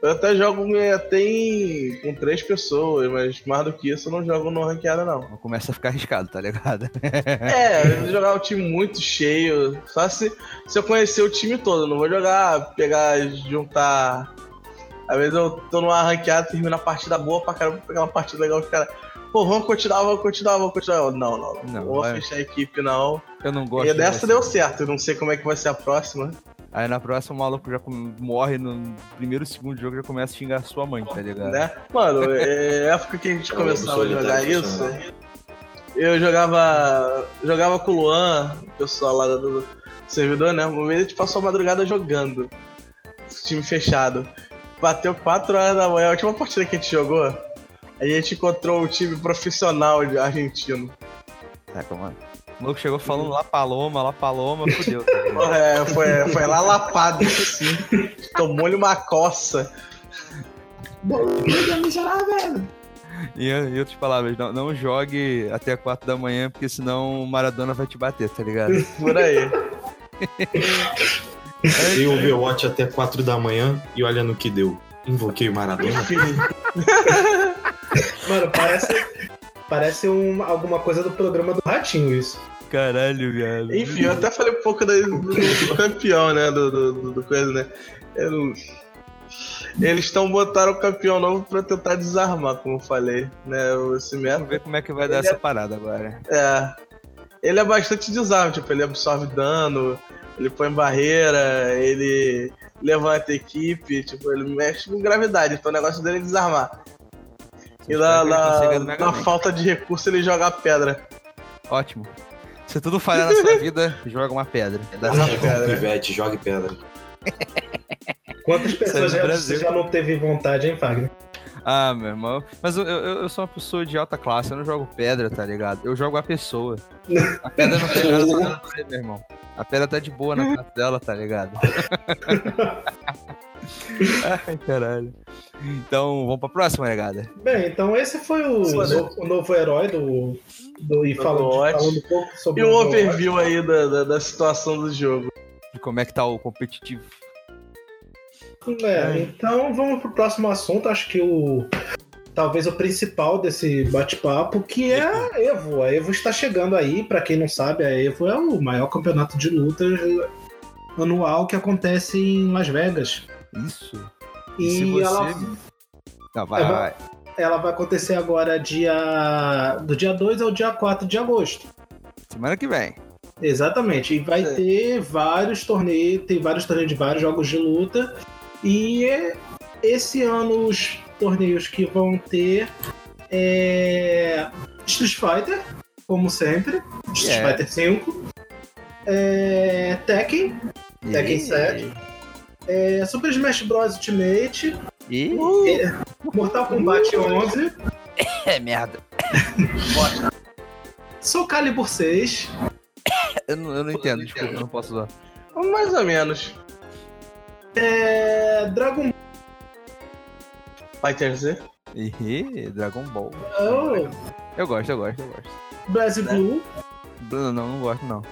Eu até jogo até em, com três pessoas, mas mais do que isso eu não jogo no ranqueada, não. Começa a ficar arriscado, tá ligado? É, eu vou jogar o time muito cheio. Só se, se eu conhecer o time todo. Não vou jogar, pegar, juntar. Às vezes eu tô numa ranqueada, termino a partida boa pra caramba, vou pegar uma partida legal, os caras. Pô, vamos continuar, vamos continuar, vamos continuar. Eu, não, não, não. Não vou vai. fechar a equipe, não. Eu não gosto. E dessa deu certo, eu não sei como é que vai ser a próxima. Aí na próxima o maluco já morre no primeiro, segundo jogo, já começa a xingar a sua mãe, tá ligado? Né? Mano, é época que a gente começava a jogar isso, eu jogava. Jogava com o Luan, o pessoal lá do servidor, né? Uma vez a gente passou a madrugada jogando. Time fechado. Bateu quatro horas da manhã, a última partida que a gente jogou, a gente encontrou um time profissional de argentino. Caraca, mano. O louco chegou falando lá Paloma, lá Paloma, fudeu. Tá é, foi, foi lá lapado, assim. Tomou-lhe uma coça. E em outras palavras, não, não jogue até quatro da manhã, porque senão o Maradona vai te bater, tá ligado? Por aí. Dei o Overwatch até quatro da manhã e olha no que deu. Invoquei o Maradona. Mano, parece, parece um, alguma coisa do programa do Ratinho, isso. Caralho, viado. Enfim, eu até falei um pouco do, do campeão, né? Do, do, do coisa, né? Eu, eles estão botando o campeão novo pra tentar desarmar, como eu falei, né? Esse método. Vamos ver como é que vai dar ele essa é... parada agora. É. Ele é bastante desarme, tipo, ele absorve dano, ele põe barreira, ele levanta a equipe, tipo, ele mexe com gravidade, então o negócio dele é desarmar. E lá, lá na falta de recurso ele joga a pedra. Ótimo. Se tudo falhar na sua vida, joga uma pedra. Dá uma pedra. Pivete, jogue pedra. Quantas pessoas já, você já não teve vontade, hein, Fagner? Ah, meu irmão. Mas eu, eu, eu sou uma pessoa de alta classe, eu não jogo pedra, tá ligado? Eu jogo a pessoa. A pedra não tem nada pra você, meu irmão. A pedra tá de boa na casa dela, tá ligado? Ai, caralho. Então, vamos pra próxima, negada. Bem, então esse foi o, o, o novo herói do... do e falando, falando um pouco sobre e o overview aí da, da, da situação do jogo. E como é que tá o competitivo. É, então vamos pro próximo assunto. Acho que o talvez o principal desse bate-papo, que é a Evo. A Evo está chegando aí, pra quem não sabe, a Evo é o maior campeonato de lutas anual que acontece em Las Vegas. Isso. E, e você... ela não, vai, ela, vai. ela vai acontecer agora dia do dia dois ao dia quatro de agosto. Semana que vem. Exatamente. E vai é. ter vários torneios, tem vários torneios de vários jogos de luta. E esse ano os torneios que vão ter é Street Fighter, como sempre, Street yeah. Fighter cinco, é Tekken, yeah. Tekken sete, é Super Smash Bros Ultimate, e... é Mortal Kombat onze, é merda, Soul Calibur seis. Eu não, eu não entendo, desculpa, eu não posso usar. Mais ou menos. É... Dragon Fighter Z? Ih, Dragon Ball. Oh. Eu gosto, eu gosto, eu gosto. Blaze Blue. Não, não, não gosto, não.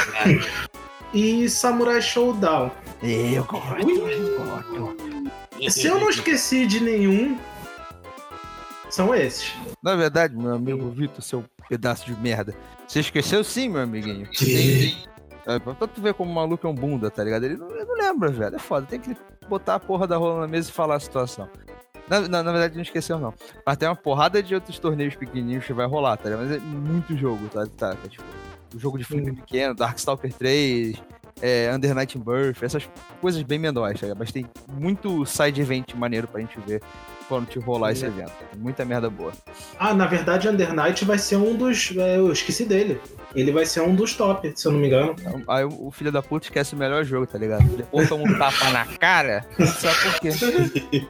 E Samurai Showdown. Eu gosto, eu gosto. Se eu não esqueci de nenhum, são esses. Na verdade, meu amigo Vitor, seu pedaço de merda, você esqueceu sim, meu amiguinho. Tem... É, pra tu ver como o maluco é um bunda, tá ligado? Ele não, ele não lembra, velho. É foda. Tem que botar a porra da rola na mesa e falar a situação. Na, na, na verdade, não esqueceu, não. Mas tem uma porrada de outros torneios pequenininhos que vai rolar, tá ligado? Mas é muito jogo, tá? tá, tá tipo, o jogo de filme hum. pequeno, Darkstalker três, é, Under Night in Birth, essas coisas bem menores, tá ligado? Mas tem muito side event maneiro pra gente ver quando te rolar esse evento. Tem muita merda boa. Ah, na verdade, Under Night vai ser um dos... É, eu esqueci dele. Ele vai ser um dos top, se eu não me engano. Aí o filho da puta esquece o melhor jogo, tá ligado? Depois toma um tapa na cara, não sabe por quê.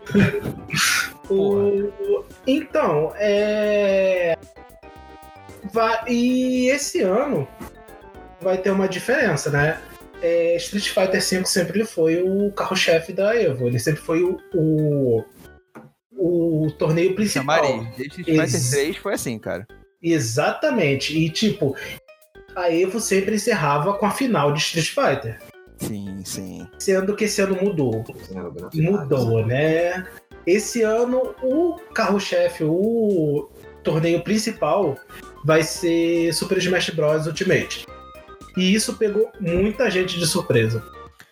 o... Então, é... Vai... E esse ano vai ter uma diferença, né? É, Street Fighter cinco sempre foi o carro-chefe da Evo. Ele sempre foi o... o... o torneio principal. Chamaria. Street Fighter Ex- três foi assim, cara. Exatamente. E, tipo, a Evo sempre encerrava com a final de Street Fighter. Sim, sim. Sendo que esse ano mudou. Mudou, né? Esse ano, o carro-chefe, o torneio principal, vai ser Super Smash Bros. Ultimate. E isso pegou muita gente de surpresa.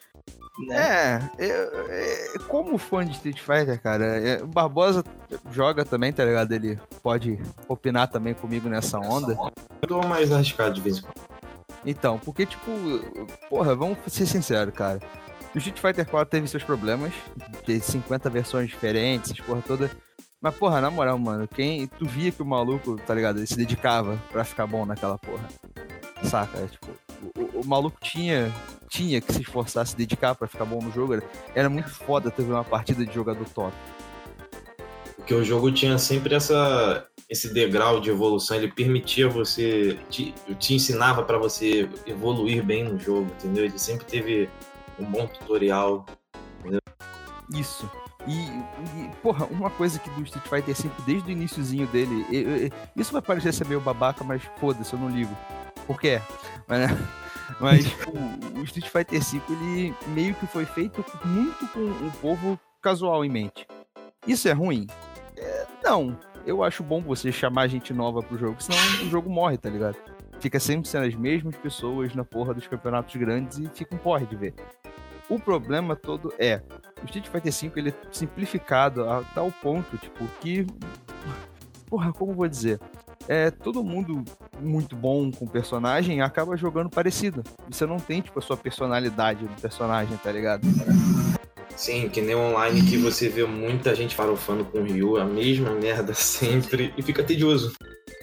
Né? É, é, é, como fã de Street Fighter, cara, é, o Barbosa joga também, tá ligado? Ele pode opinar também comigo nessa onda. Eu tô mais arriscado de vez em quando. Então, porque, tipo, porra, vamos ser sinceros, cara. O Street Fighter quatro teve seus problemas, teve cinquenta versões diferentes, essas porra toda. Mas, porra, na moral, mano, quem tu via que o maluco, tá ligado? Ele se dedicava pra ficar bom naquela porra. Saca? É, tipo, o, o maluco tinha, tinha que se esforçar, se dedicar pra ficar bom no jogo. Era, era muito foda ter uma partida de jogador top. Porque o jogo tinha sempre essa, esse degrau de evolução, ele permitia você, te, te ensinava pra você evoluir bem no jogo, entendeu? Ele sempre teve um bom tutorial, entendeu? Isso. E, e, porra, uma coisa que do Street Fighter cinco, desde o iniciozinho dele, eu, eu, isso vai parecer ser meio babaca, mas foda-se, eu não ligo. Por quê? Mas, mas tipo, o Street Fighter cinco, ele meio que foi feito muito com o povo casual em mente. Isso é ruim? É, não. Eu acho bom você chamar gente nova pro jogo, senão o jogo morre, tá ligado? Fica sempre sendo as mesmas pessoas na porra dos campeonatos grandes e fica um porre de ver. O problema todo é, o Street Fighter cinco, ele é simplificado a tal ponto, tipo, que... Porra, como eu vou dizer? É, todo mundo muito bom com personagem acaba jogando parecido. Você não tem, tipo, a sua personalidade do personagem, tá ligado? Sim, que nem online que você vê muita gente farofando com o Ryu, a mesma merda sempre, e fica tedioso.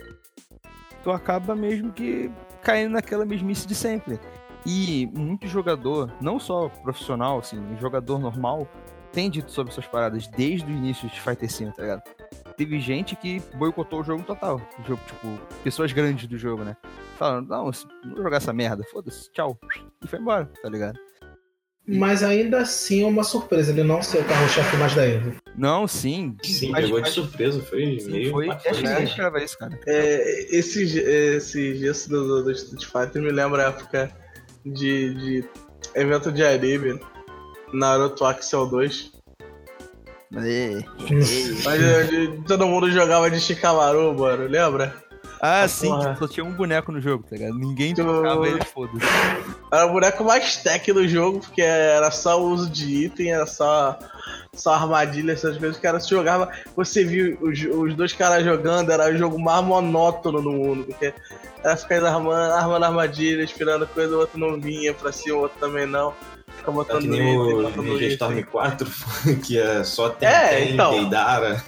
Tu acaba mesmo que caindo naquela mesmice de sempre. E muito jogador, não só profissional, assim, jogador normal, tem dito sobre essas paradas desde o início de Fighter cinco, tá ligado? Teve gente que boicotou o jogo total. O jogo, tipo, pessoas grandes do jogo, né? Falando, não, não vou jogar essa merda, foda-se, tchau. E foi embora, tá ligado? Mas ainda assim é uma surpresa ele não ser o carro-chefe mais da Evo. Não, sim. Sim, mas, pegou de mas, surpresa, foi sim, meio... Foi, bacana, acho né? que esperava isso, cara. É, esse, esse gesto do, do Street Fighter me lembra a época de, de evento de anime, Naruto Axel dois. É. Onde todo mundo jogava de Shikamaru, mano, lembra? Ah, Ah, sim, porra. tipo, só tinha um boneco no jogo, tá ligado? Ninguém Tu- tocava ele, foda-se. Era o boneco mais tech do jogo, porque era só o uso de item, era só, só armadilha, essas coisas. Os caras jogavam, você viu os, os dois caras jogando, era o jogo mais monótono do mundo, porque era ficar armando, armando armadilha, esperando coisa, o outro não vinha pra cima, o outro também não. Fica É botando que nem item, o botando Ninja item. Storm quatro, que é só tem É, tem, então. Deidara.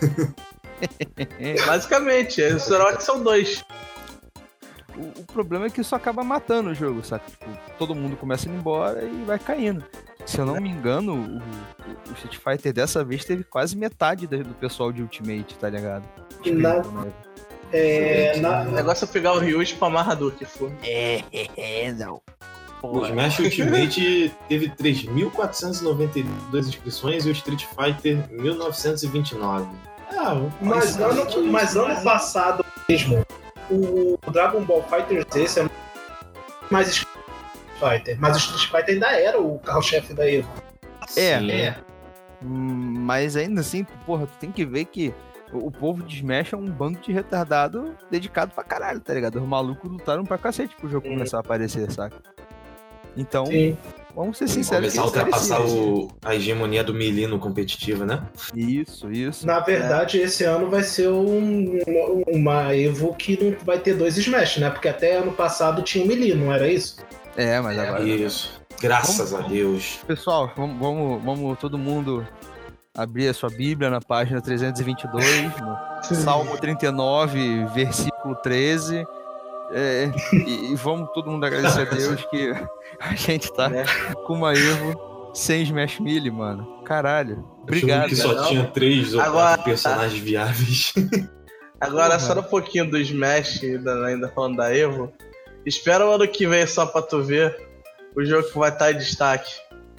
Basicamente, esses heróis que são dois. O, o problema é que isso acaba matando o jogo, sabe? Tipo, todo mundo começa a ir embora e vai caindo. Se eu não me engano, o, o Street Fighter dessa vez teve quase metade do do pessoal de Ultimate, tá ligado? Na- Né? É, na- O negócio é pegar o Ryu e spamar Hadouken, for. É, é, não. O Smash Ultimate teve três mil quatrocentas e noventa e duas inscrições e o Street Fighter mil novecentos e vinte e nove. Ah, Mas ano, mas ano passado mesmo, o Dragon Ball Fighter Z é mais Street Fighter. Mas o Street Fighter ainda era o carro-chefe da Evo. É, Sim. é. Hum, Mas ainda assim, porra, tu tem que ver que o, o povo de Smash é um bando de retardado dedicado pra caralho, tá ligado? Os malucos lutaram pra cacete pro jogo Sim. começar a aparecer, saca? Então, Sim. vamos ser sinceros. Começar a que eles ultrapassar mereciam. o, a hegemonia do melee no competitivo, né? Isso, isso. Na verdade, esse ano vai ser um- uma Evo que não vai ter dois Smash, né? Porque até ano passado tinha o Melee, não era isso? É, mas agora... Isso. Graças a Deus. Pessoal, vamos, vamos, vamos todo mundo abrir a sua Bíblia na página trezentos e vinte e dois, no Salmo trinta e nove, versículo treze. É, e, e vamos todo mundo agradecer a Deus que a gente tá Né? com uma Evo sem Smash Melee, mano. Caralho. Achou Obrigado. que só não. tinha três ou Agora- quatro personagens viáveis. Agora, Porra. só um pouquinho do Smash, ainda, ainda falando da Evo. Espera o ano que vem só pra tu ver o jogo que vai estar em destaque.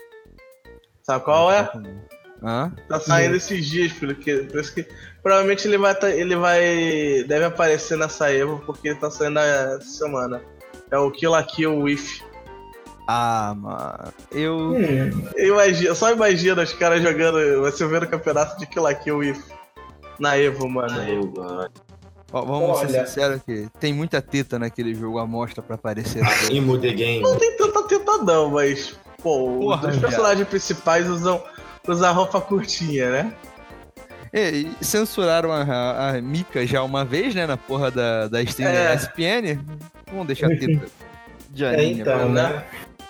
Sabe qual é? Hã? Tá saindo esses dias, porque, por isso que provavelmente ele vai, tá- ele vai. Deve aparecer nessa Evo, porque tá saindo essa semana. É o Kill la Kill With. Ah, mano. Eu. Hum. Imagina, só imagina os caras jogando. Você vendo o campeonato de Kill la Kill e na Evo, mano. Eu, mano. Ó, vamos Olha. ser sinceros aqui. Tem muita teta naquele jogo, a mostra pra aparecer. Imo the Game. Não tem tanta teta não, mas. Pô, Porra, os personagens principais usam, usam roupa curtinha, né? E, e censuraram a, a, a Mika já uma vez, né? Na porra da, da stream É. da E S P N. Vamos deixar teta de É, anime, então, pô. né?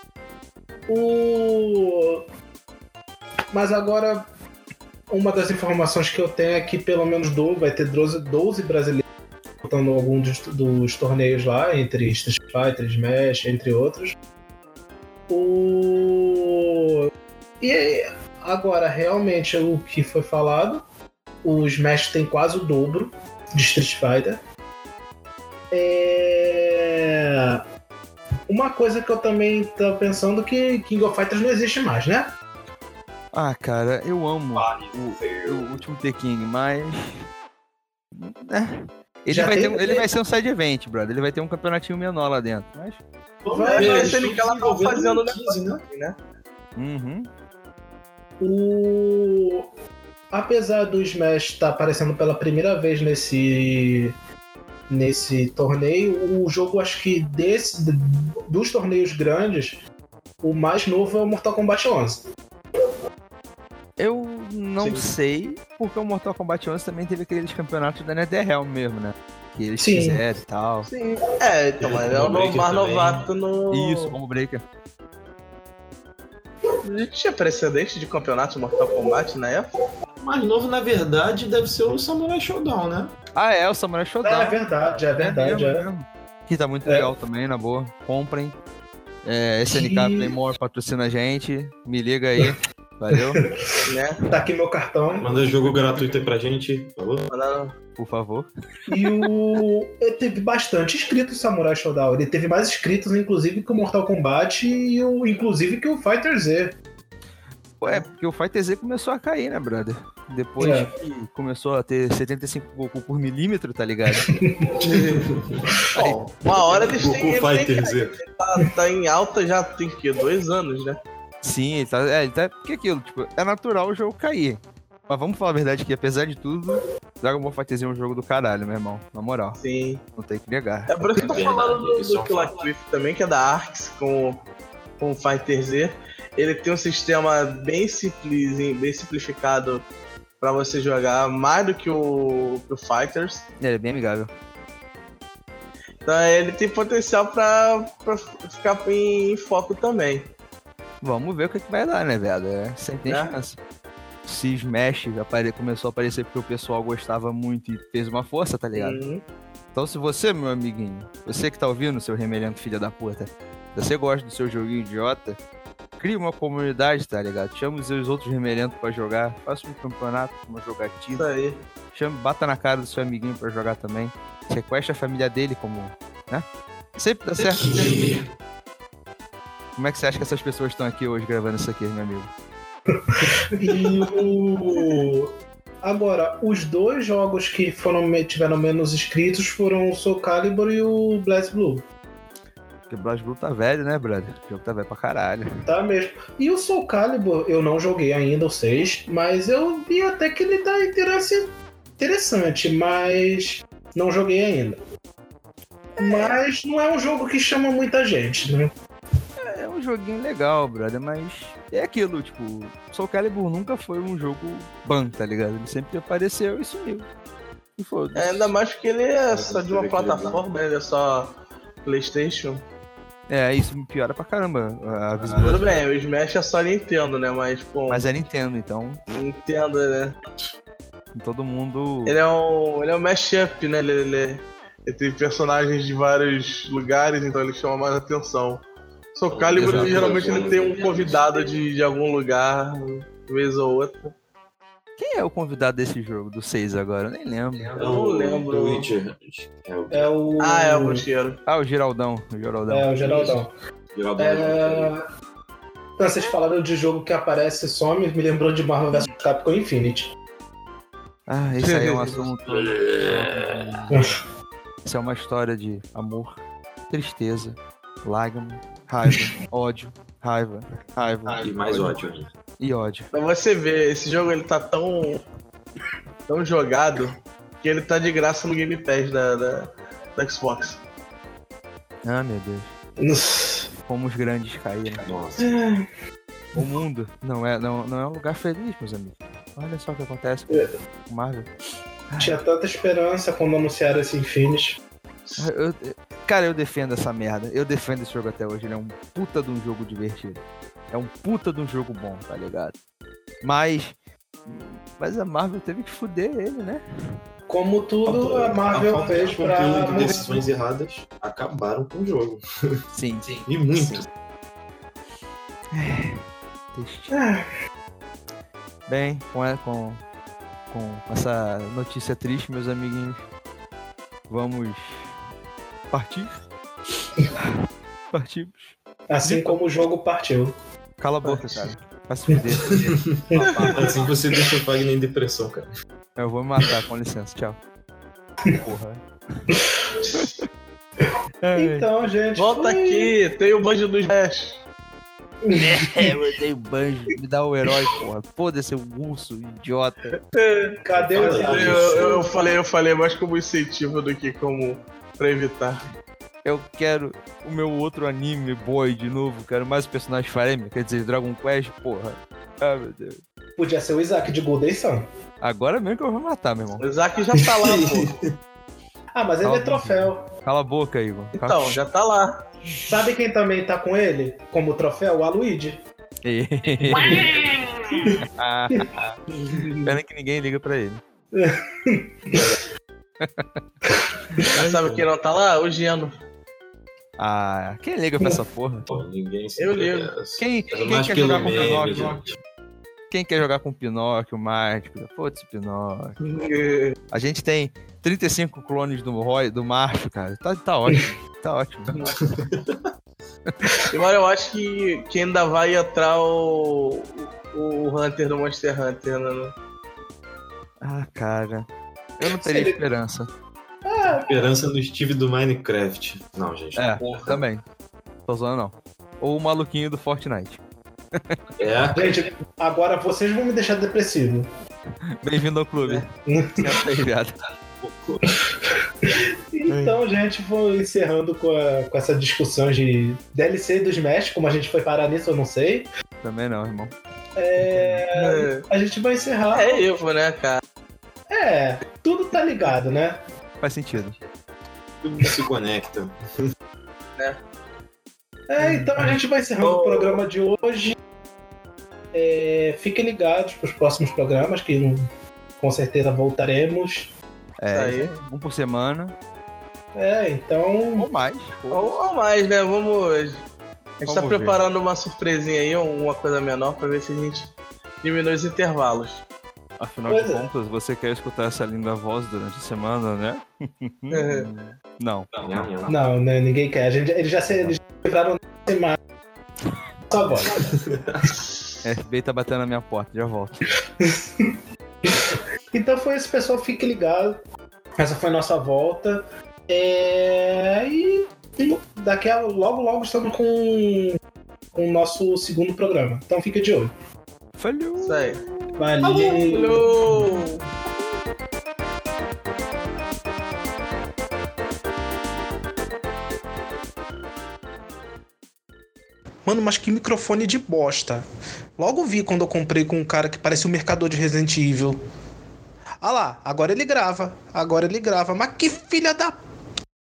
O... Mas agora, uma das informações que eu tenho é que pelo menos do, vai ter doze, doze brasileiros disputando algum dos, dos torneios lá, entre Street Fighter, Smash, entre outros. O... E agora, realmente, o que foi falado, o Smash tem quase o dobro de Street Fighter. É... Uma coisa que eu também tô pensando que King of Fighters não existe mais, né? Ah, cara, eu amo o, o último The King, mas. É. Ele Já vai, tem- ter, um- ele vai ser um side event, brother. Ele vai ter um campeonatinho menor lá dentro. Mas. Vai, Vai vai ser que ela tava fazendo no quinze, né? né? Uhum. O... Apesar do Smash estar aparecendo pela primeira vez nesse nesse torneio, o jogo, acho que desse dos torneios grandes, o mais novo é o Mortal Kombat onze. Eu não Sim. sei, porque o Mortal Kombat onze também teve aqueles campeonatos da NetherRealm mesmo, né? Que eles Sim. fizeram e tal. Sim. É, então, mas é o Combo Breaker mais também. novato no. Isso, como breaker. A gente tinha precedente de campeonato de Mortal Kombat na época? O mais novo, na verdade, deve ser o Samurai Showdown, né? Ah, é, o Samurai É Showdown. verdade, é verdade. mesmo, É. mesmo. Que tá muito É. legal também, na boa. Comprem. É, S N K E- Playmore patrocina a gente. Me liga aí. Valeu, Né? Tá aqui meu cartão. Manda jogo gratuito aí pra gente, falou? Mandaram- por favor. E o. Ele teve bastante inscritos o Samurai Showdown. Ele teve mais inscritos, inclusive, que o Mortal Kombat e o, inclusive que o Fighter Z. Pô, é, porque o Fighter Z começou a cair, né, brother? Depois É. que começou a ter setenta e cinco Goku por milímetro, tá ligado? Bom, uma hora eles Goku têm ele tem Fighter que- Z. tá, tá em alta já tem o quê? Dois anos, né? Sim, ele tá. É, ele tá. Porque aquilo, tipo, é natural o jogo cair. Mas vamos falar a verdade que, apesar de tudo, Dragon Ball FighterZ é um jogo do caralho, meu irmão. Na moral, Sim. não tem que negar. É por isso que eu tô Verdade, falando do, eles do são Kill la foda. Kill também, que é da Arx com, com o Fighter Z. Ele tem um sistema bem simples, bem simplificado pra você jogar, mais do que o, que o Fighters. Ele é bem amigável. Então ele tem potencial pra, pra ficar em, em foco também. Vamos ver o que, que vai dar, né, velho? É, sempre tem É. chance. Se Smash apare... começou a aparecer porque o pessoal gostava muito e fez uma força, tá ligado? Uhum. Então se você, meu amiguinho, você que tá ouvindo, seu remelento filha da puta, se você gosta do seu joguinho idiota, crie uma comunidade, tá ligado? Chame os seus outros remelentos pra jogar, faça um campeonato, uma Isso jogatina, aí. chame, bata na cara do seu amiguinho pra jogar também, sequestre a família dele como, né? Sempre dá certo. Como é que você acha que essas pessoas estão aqui hoje gravando isso aqui, meu amigo? E o. Agora, os dois jogos que foram, tiveram menos inscritos foram o Soul Calibur e o BlazBlue. Porque o BlazBlue tá velho, né, brother? O jogo tá velho pra caralho. Tá mesmo. E o Soul Calibur, eu não joguei ainda o seis, mas eu vi até que ele tá interesse- interessante, mas não joguei ainda. Mas não é um jogo que chama muita gente, né? É um joguinho legal, brother, mas é aquilo, tipo, Soul Calibur nunca foi um jogo ban, tá ligado? Ele sempre apareceu e sumiu. E foda-se. É, ainda mais porque ele é só de uma você vê que ele é plataforma, ele é só PlayStation. É, isso me piora pra caramba a Tudo visibilidade. bem, o Smash é só Nintendo, né? Mas, pô, Mas é Nintendo, então Nintendo, né? todo mundo. Ele é um, ele é um mashup, né? Ele, ele, ele tem personagens de vários lugares, então ele chama mais atenção. Soul Calibur, Exato. geralmente ele tem um convidado de, de algum lugar, vez ou outra. Quem é o convidado desse jogo, do seis agora? Eu nem lembro. Eu não lembro. Do Witcher. É o É o. Ah, é o Bruxeiro. Ah, o Geraldão. O Geraldão. É, o Geraldão. Geraldo. É... Então, vocês falaram de jogo que aparece e some, me lembrou de Marvel versus. Capcom Infinity. Ah, esse aí é um assunto. Isso é uma história de amor, tristeza, lágrima, Raiva, ódio, raiva, raiva. E mais ódio ainda. E ódio. Pra você ver, esse jogo ele tá tão. tão jogado que ele tá de graça no Game Pass da, da, da Xbox. Ah, meu Deus. Como os grandes caíram. Nossa. O mundo não é, não, não é um lugar feliz, meus amigos. Olha só o que acontece com o Marvel. Tinha tanta esperança quando anunciaram esse Infinity. Eu, eu, cara, eu defendo essa merda. Eu defendo esse jogo até hoje. Ele é um puta de um jogo divertido. É um puta de um jogo bom, tá ligado? Mas... Mas a Marvel teve que fuder ele, né? Como tudo a Marvel a fez de pra... conteúdo de decisões erradas acabaram com o jogo. Sim, sim. E muito. Sim. Triste. Ah, Bem, com, com, com essa notícia triste, meus amiguinhos, vamos partir. Partimos. assim como o jogo partiu. Cala a boca, cara. Vai se fuder. Assim você deixa o Wagner em depressão, cara. Eu vou me matar, com licença. Tchau. Porra. Então, gente. Volta foi... aqui, tem o banjo dos Smash. É, eu dei banjo. Me dá o herói, porra. Foda-se, o urso, idiota. Cadê o Fala aí. Eu, Zé? eu, eu falei, eu falei mais como incentivo do que como pra evitar. Eu quero o meu outro anime boy de novo. Quero mais personagens Fire Emblem, quer dizer, Dragon Quest, porra. Ah, meu Deus. Podia ser o Isaac de Golden Sun. Agora mesmo que eu vou matar, meu irmão. O Isaac já tá lá, pô. Ah, mas ele Calma, é troféu. Cala a boca, Igor. Então, já tá lá. Sabe quem também tá com ele como troféu? O Aluigi. Pena que ninguém liga pra ele. Mas sabe quem não tá lá? O Geno. Ah, quem liga pra essa porra? Pô, ninguém se Eu ligo. interessa. Quem, Mas quem mais quer pelo jogar com meme, Pinóquio? gente. Quem quer jogar com Pinóquio, mágico? Foda-se, Pinóquio. A gente tem trinta e cinco clones do Roy, do Marcho, cara. Tá, tá ótimo. Tá ótimo. Agora eu acho que, que ainda vai entrar o, o Hunter do Monster Hunter, né? Ah, cara. Eu não teria Ele- esperança. Esperança no Steve do Minecraft. Não, gente. É, porra. também. Tô zoando, não. Ou o maluquinho do Fortnite. É, Gente, agora vocês vão me deixar depressivo. Bem-vindo ao clube. Senta aí, viado. Então, gente, vou encerrando com, a- com essa discussão de D L C do Smash. Como a gente foi parar nisso, eu não sei. Também não, irmão. É, a gente vai encerrar. É Evo, né, cara? É, tudo tá ligado, né? Faz sentido. tudo se conecta. É, então a gente vai encerrando Oh. o programa de hoje. É, fiquem ligados para os próximos programas, que hum, com certeza voltaremos. É, Isso aí. um por semana. É, então. Ou mais. Ou, ou mais, né? Vamos. A gente Vamos tá ver. preparando uma surpresinha aí, uma coisa menor, pra ver se a gente diminui os intervalos. Afinal Pois de é. contas, você quer escutar essa linda voz durante a semana, né? Não. Não, não, não. Não, né, ninguém quer. A gente, eles já se eles já livraram da imagem. Só agora. F B I tá batendo na minha porta, já volto. Então foi isso, pessoal. Fique ligado. Essa foi a nossa volta. É, e daqui a logo, logo estamos com, com o nosso segundo programa. Então fica de olho. Falhou! Isso aí. Valeu! Falou! Mano, mas que microfone de bosta. Logo vi quando eu comprei com um cara que parece um mercador de Resident Evil. Ah lá, agora ele grava. Agora ele grava. Mas que filha da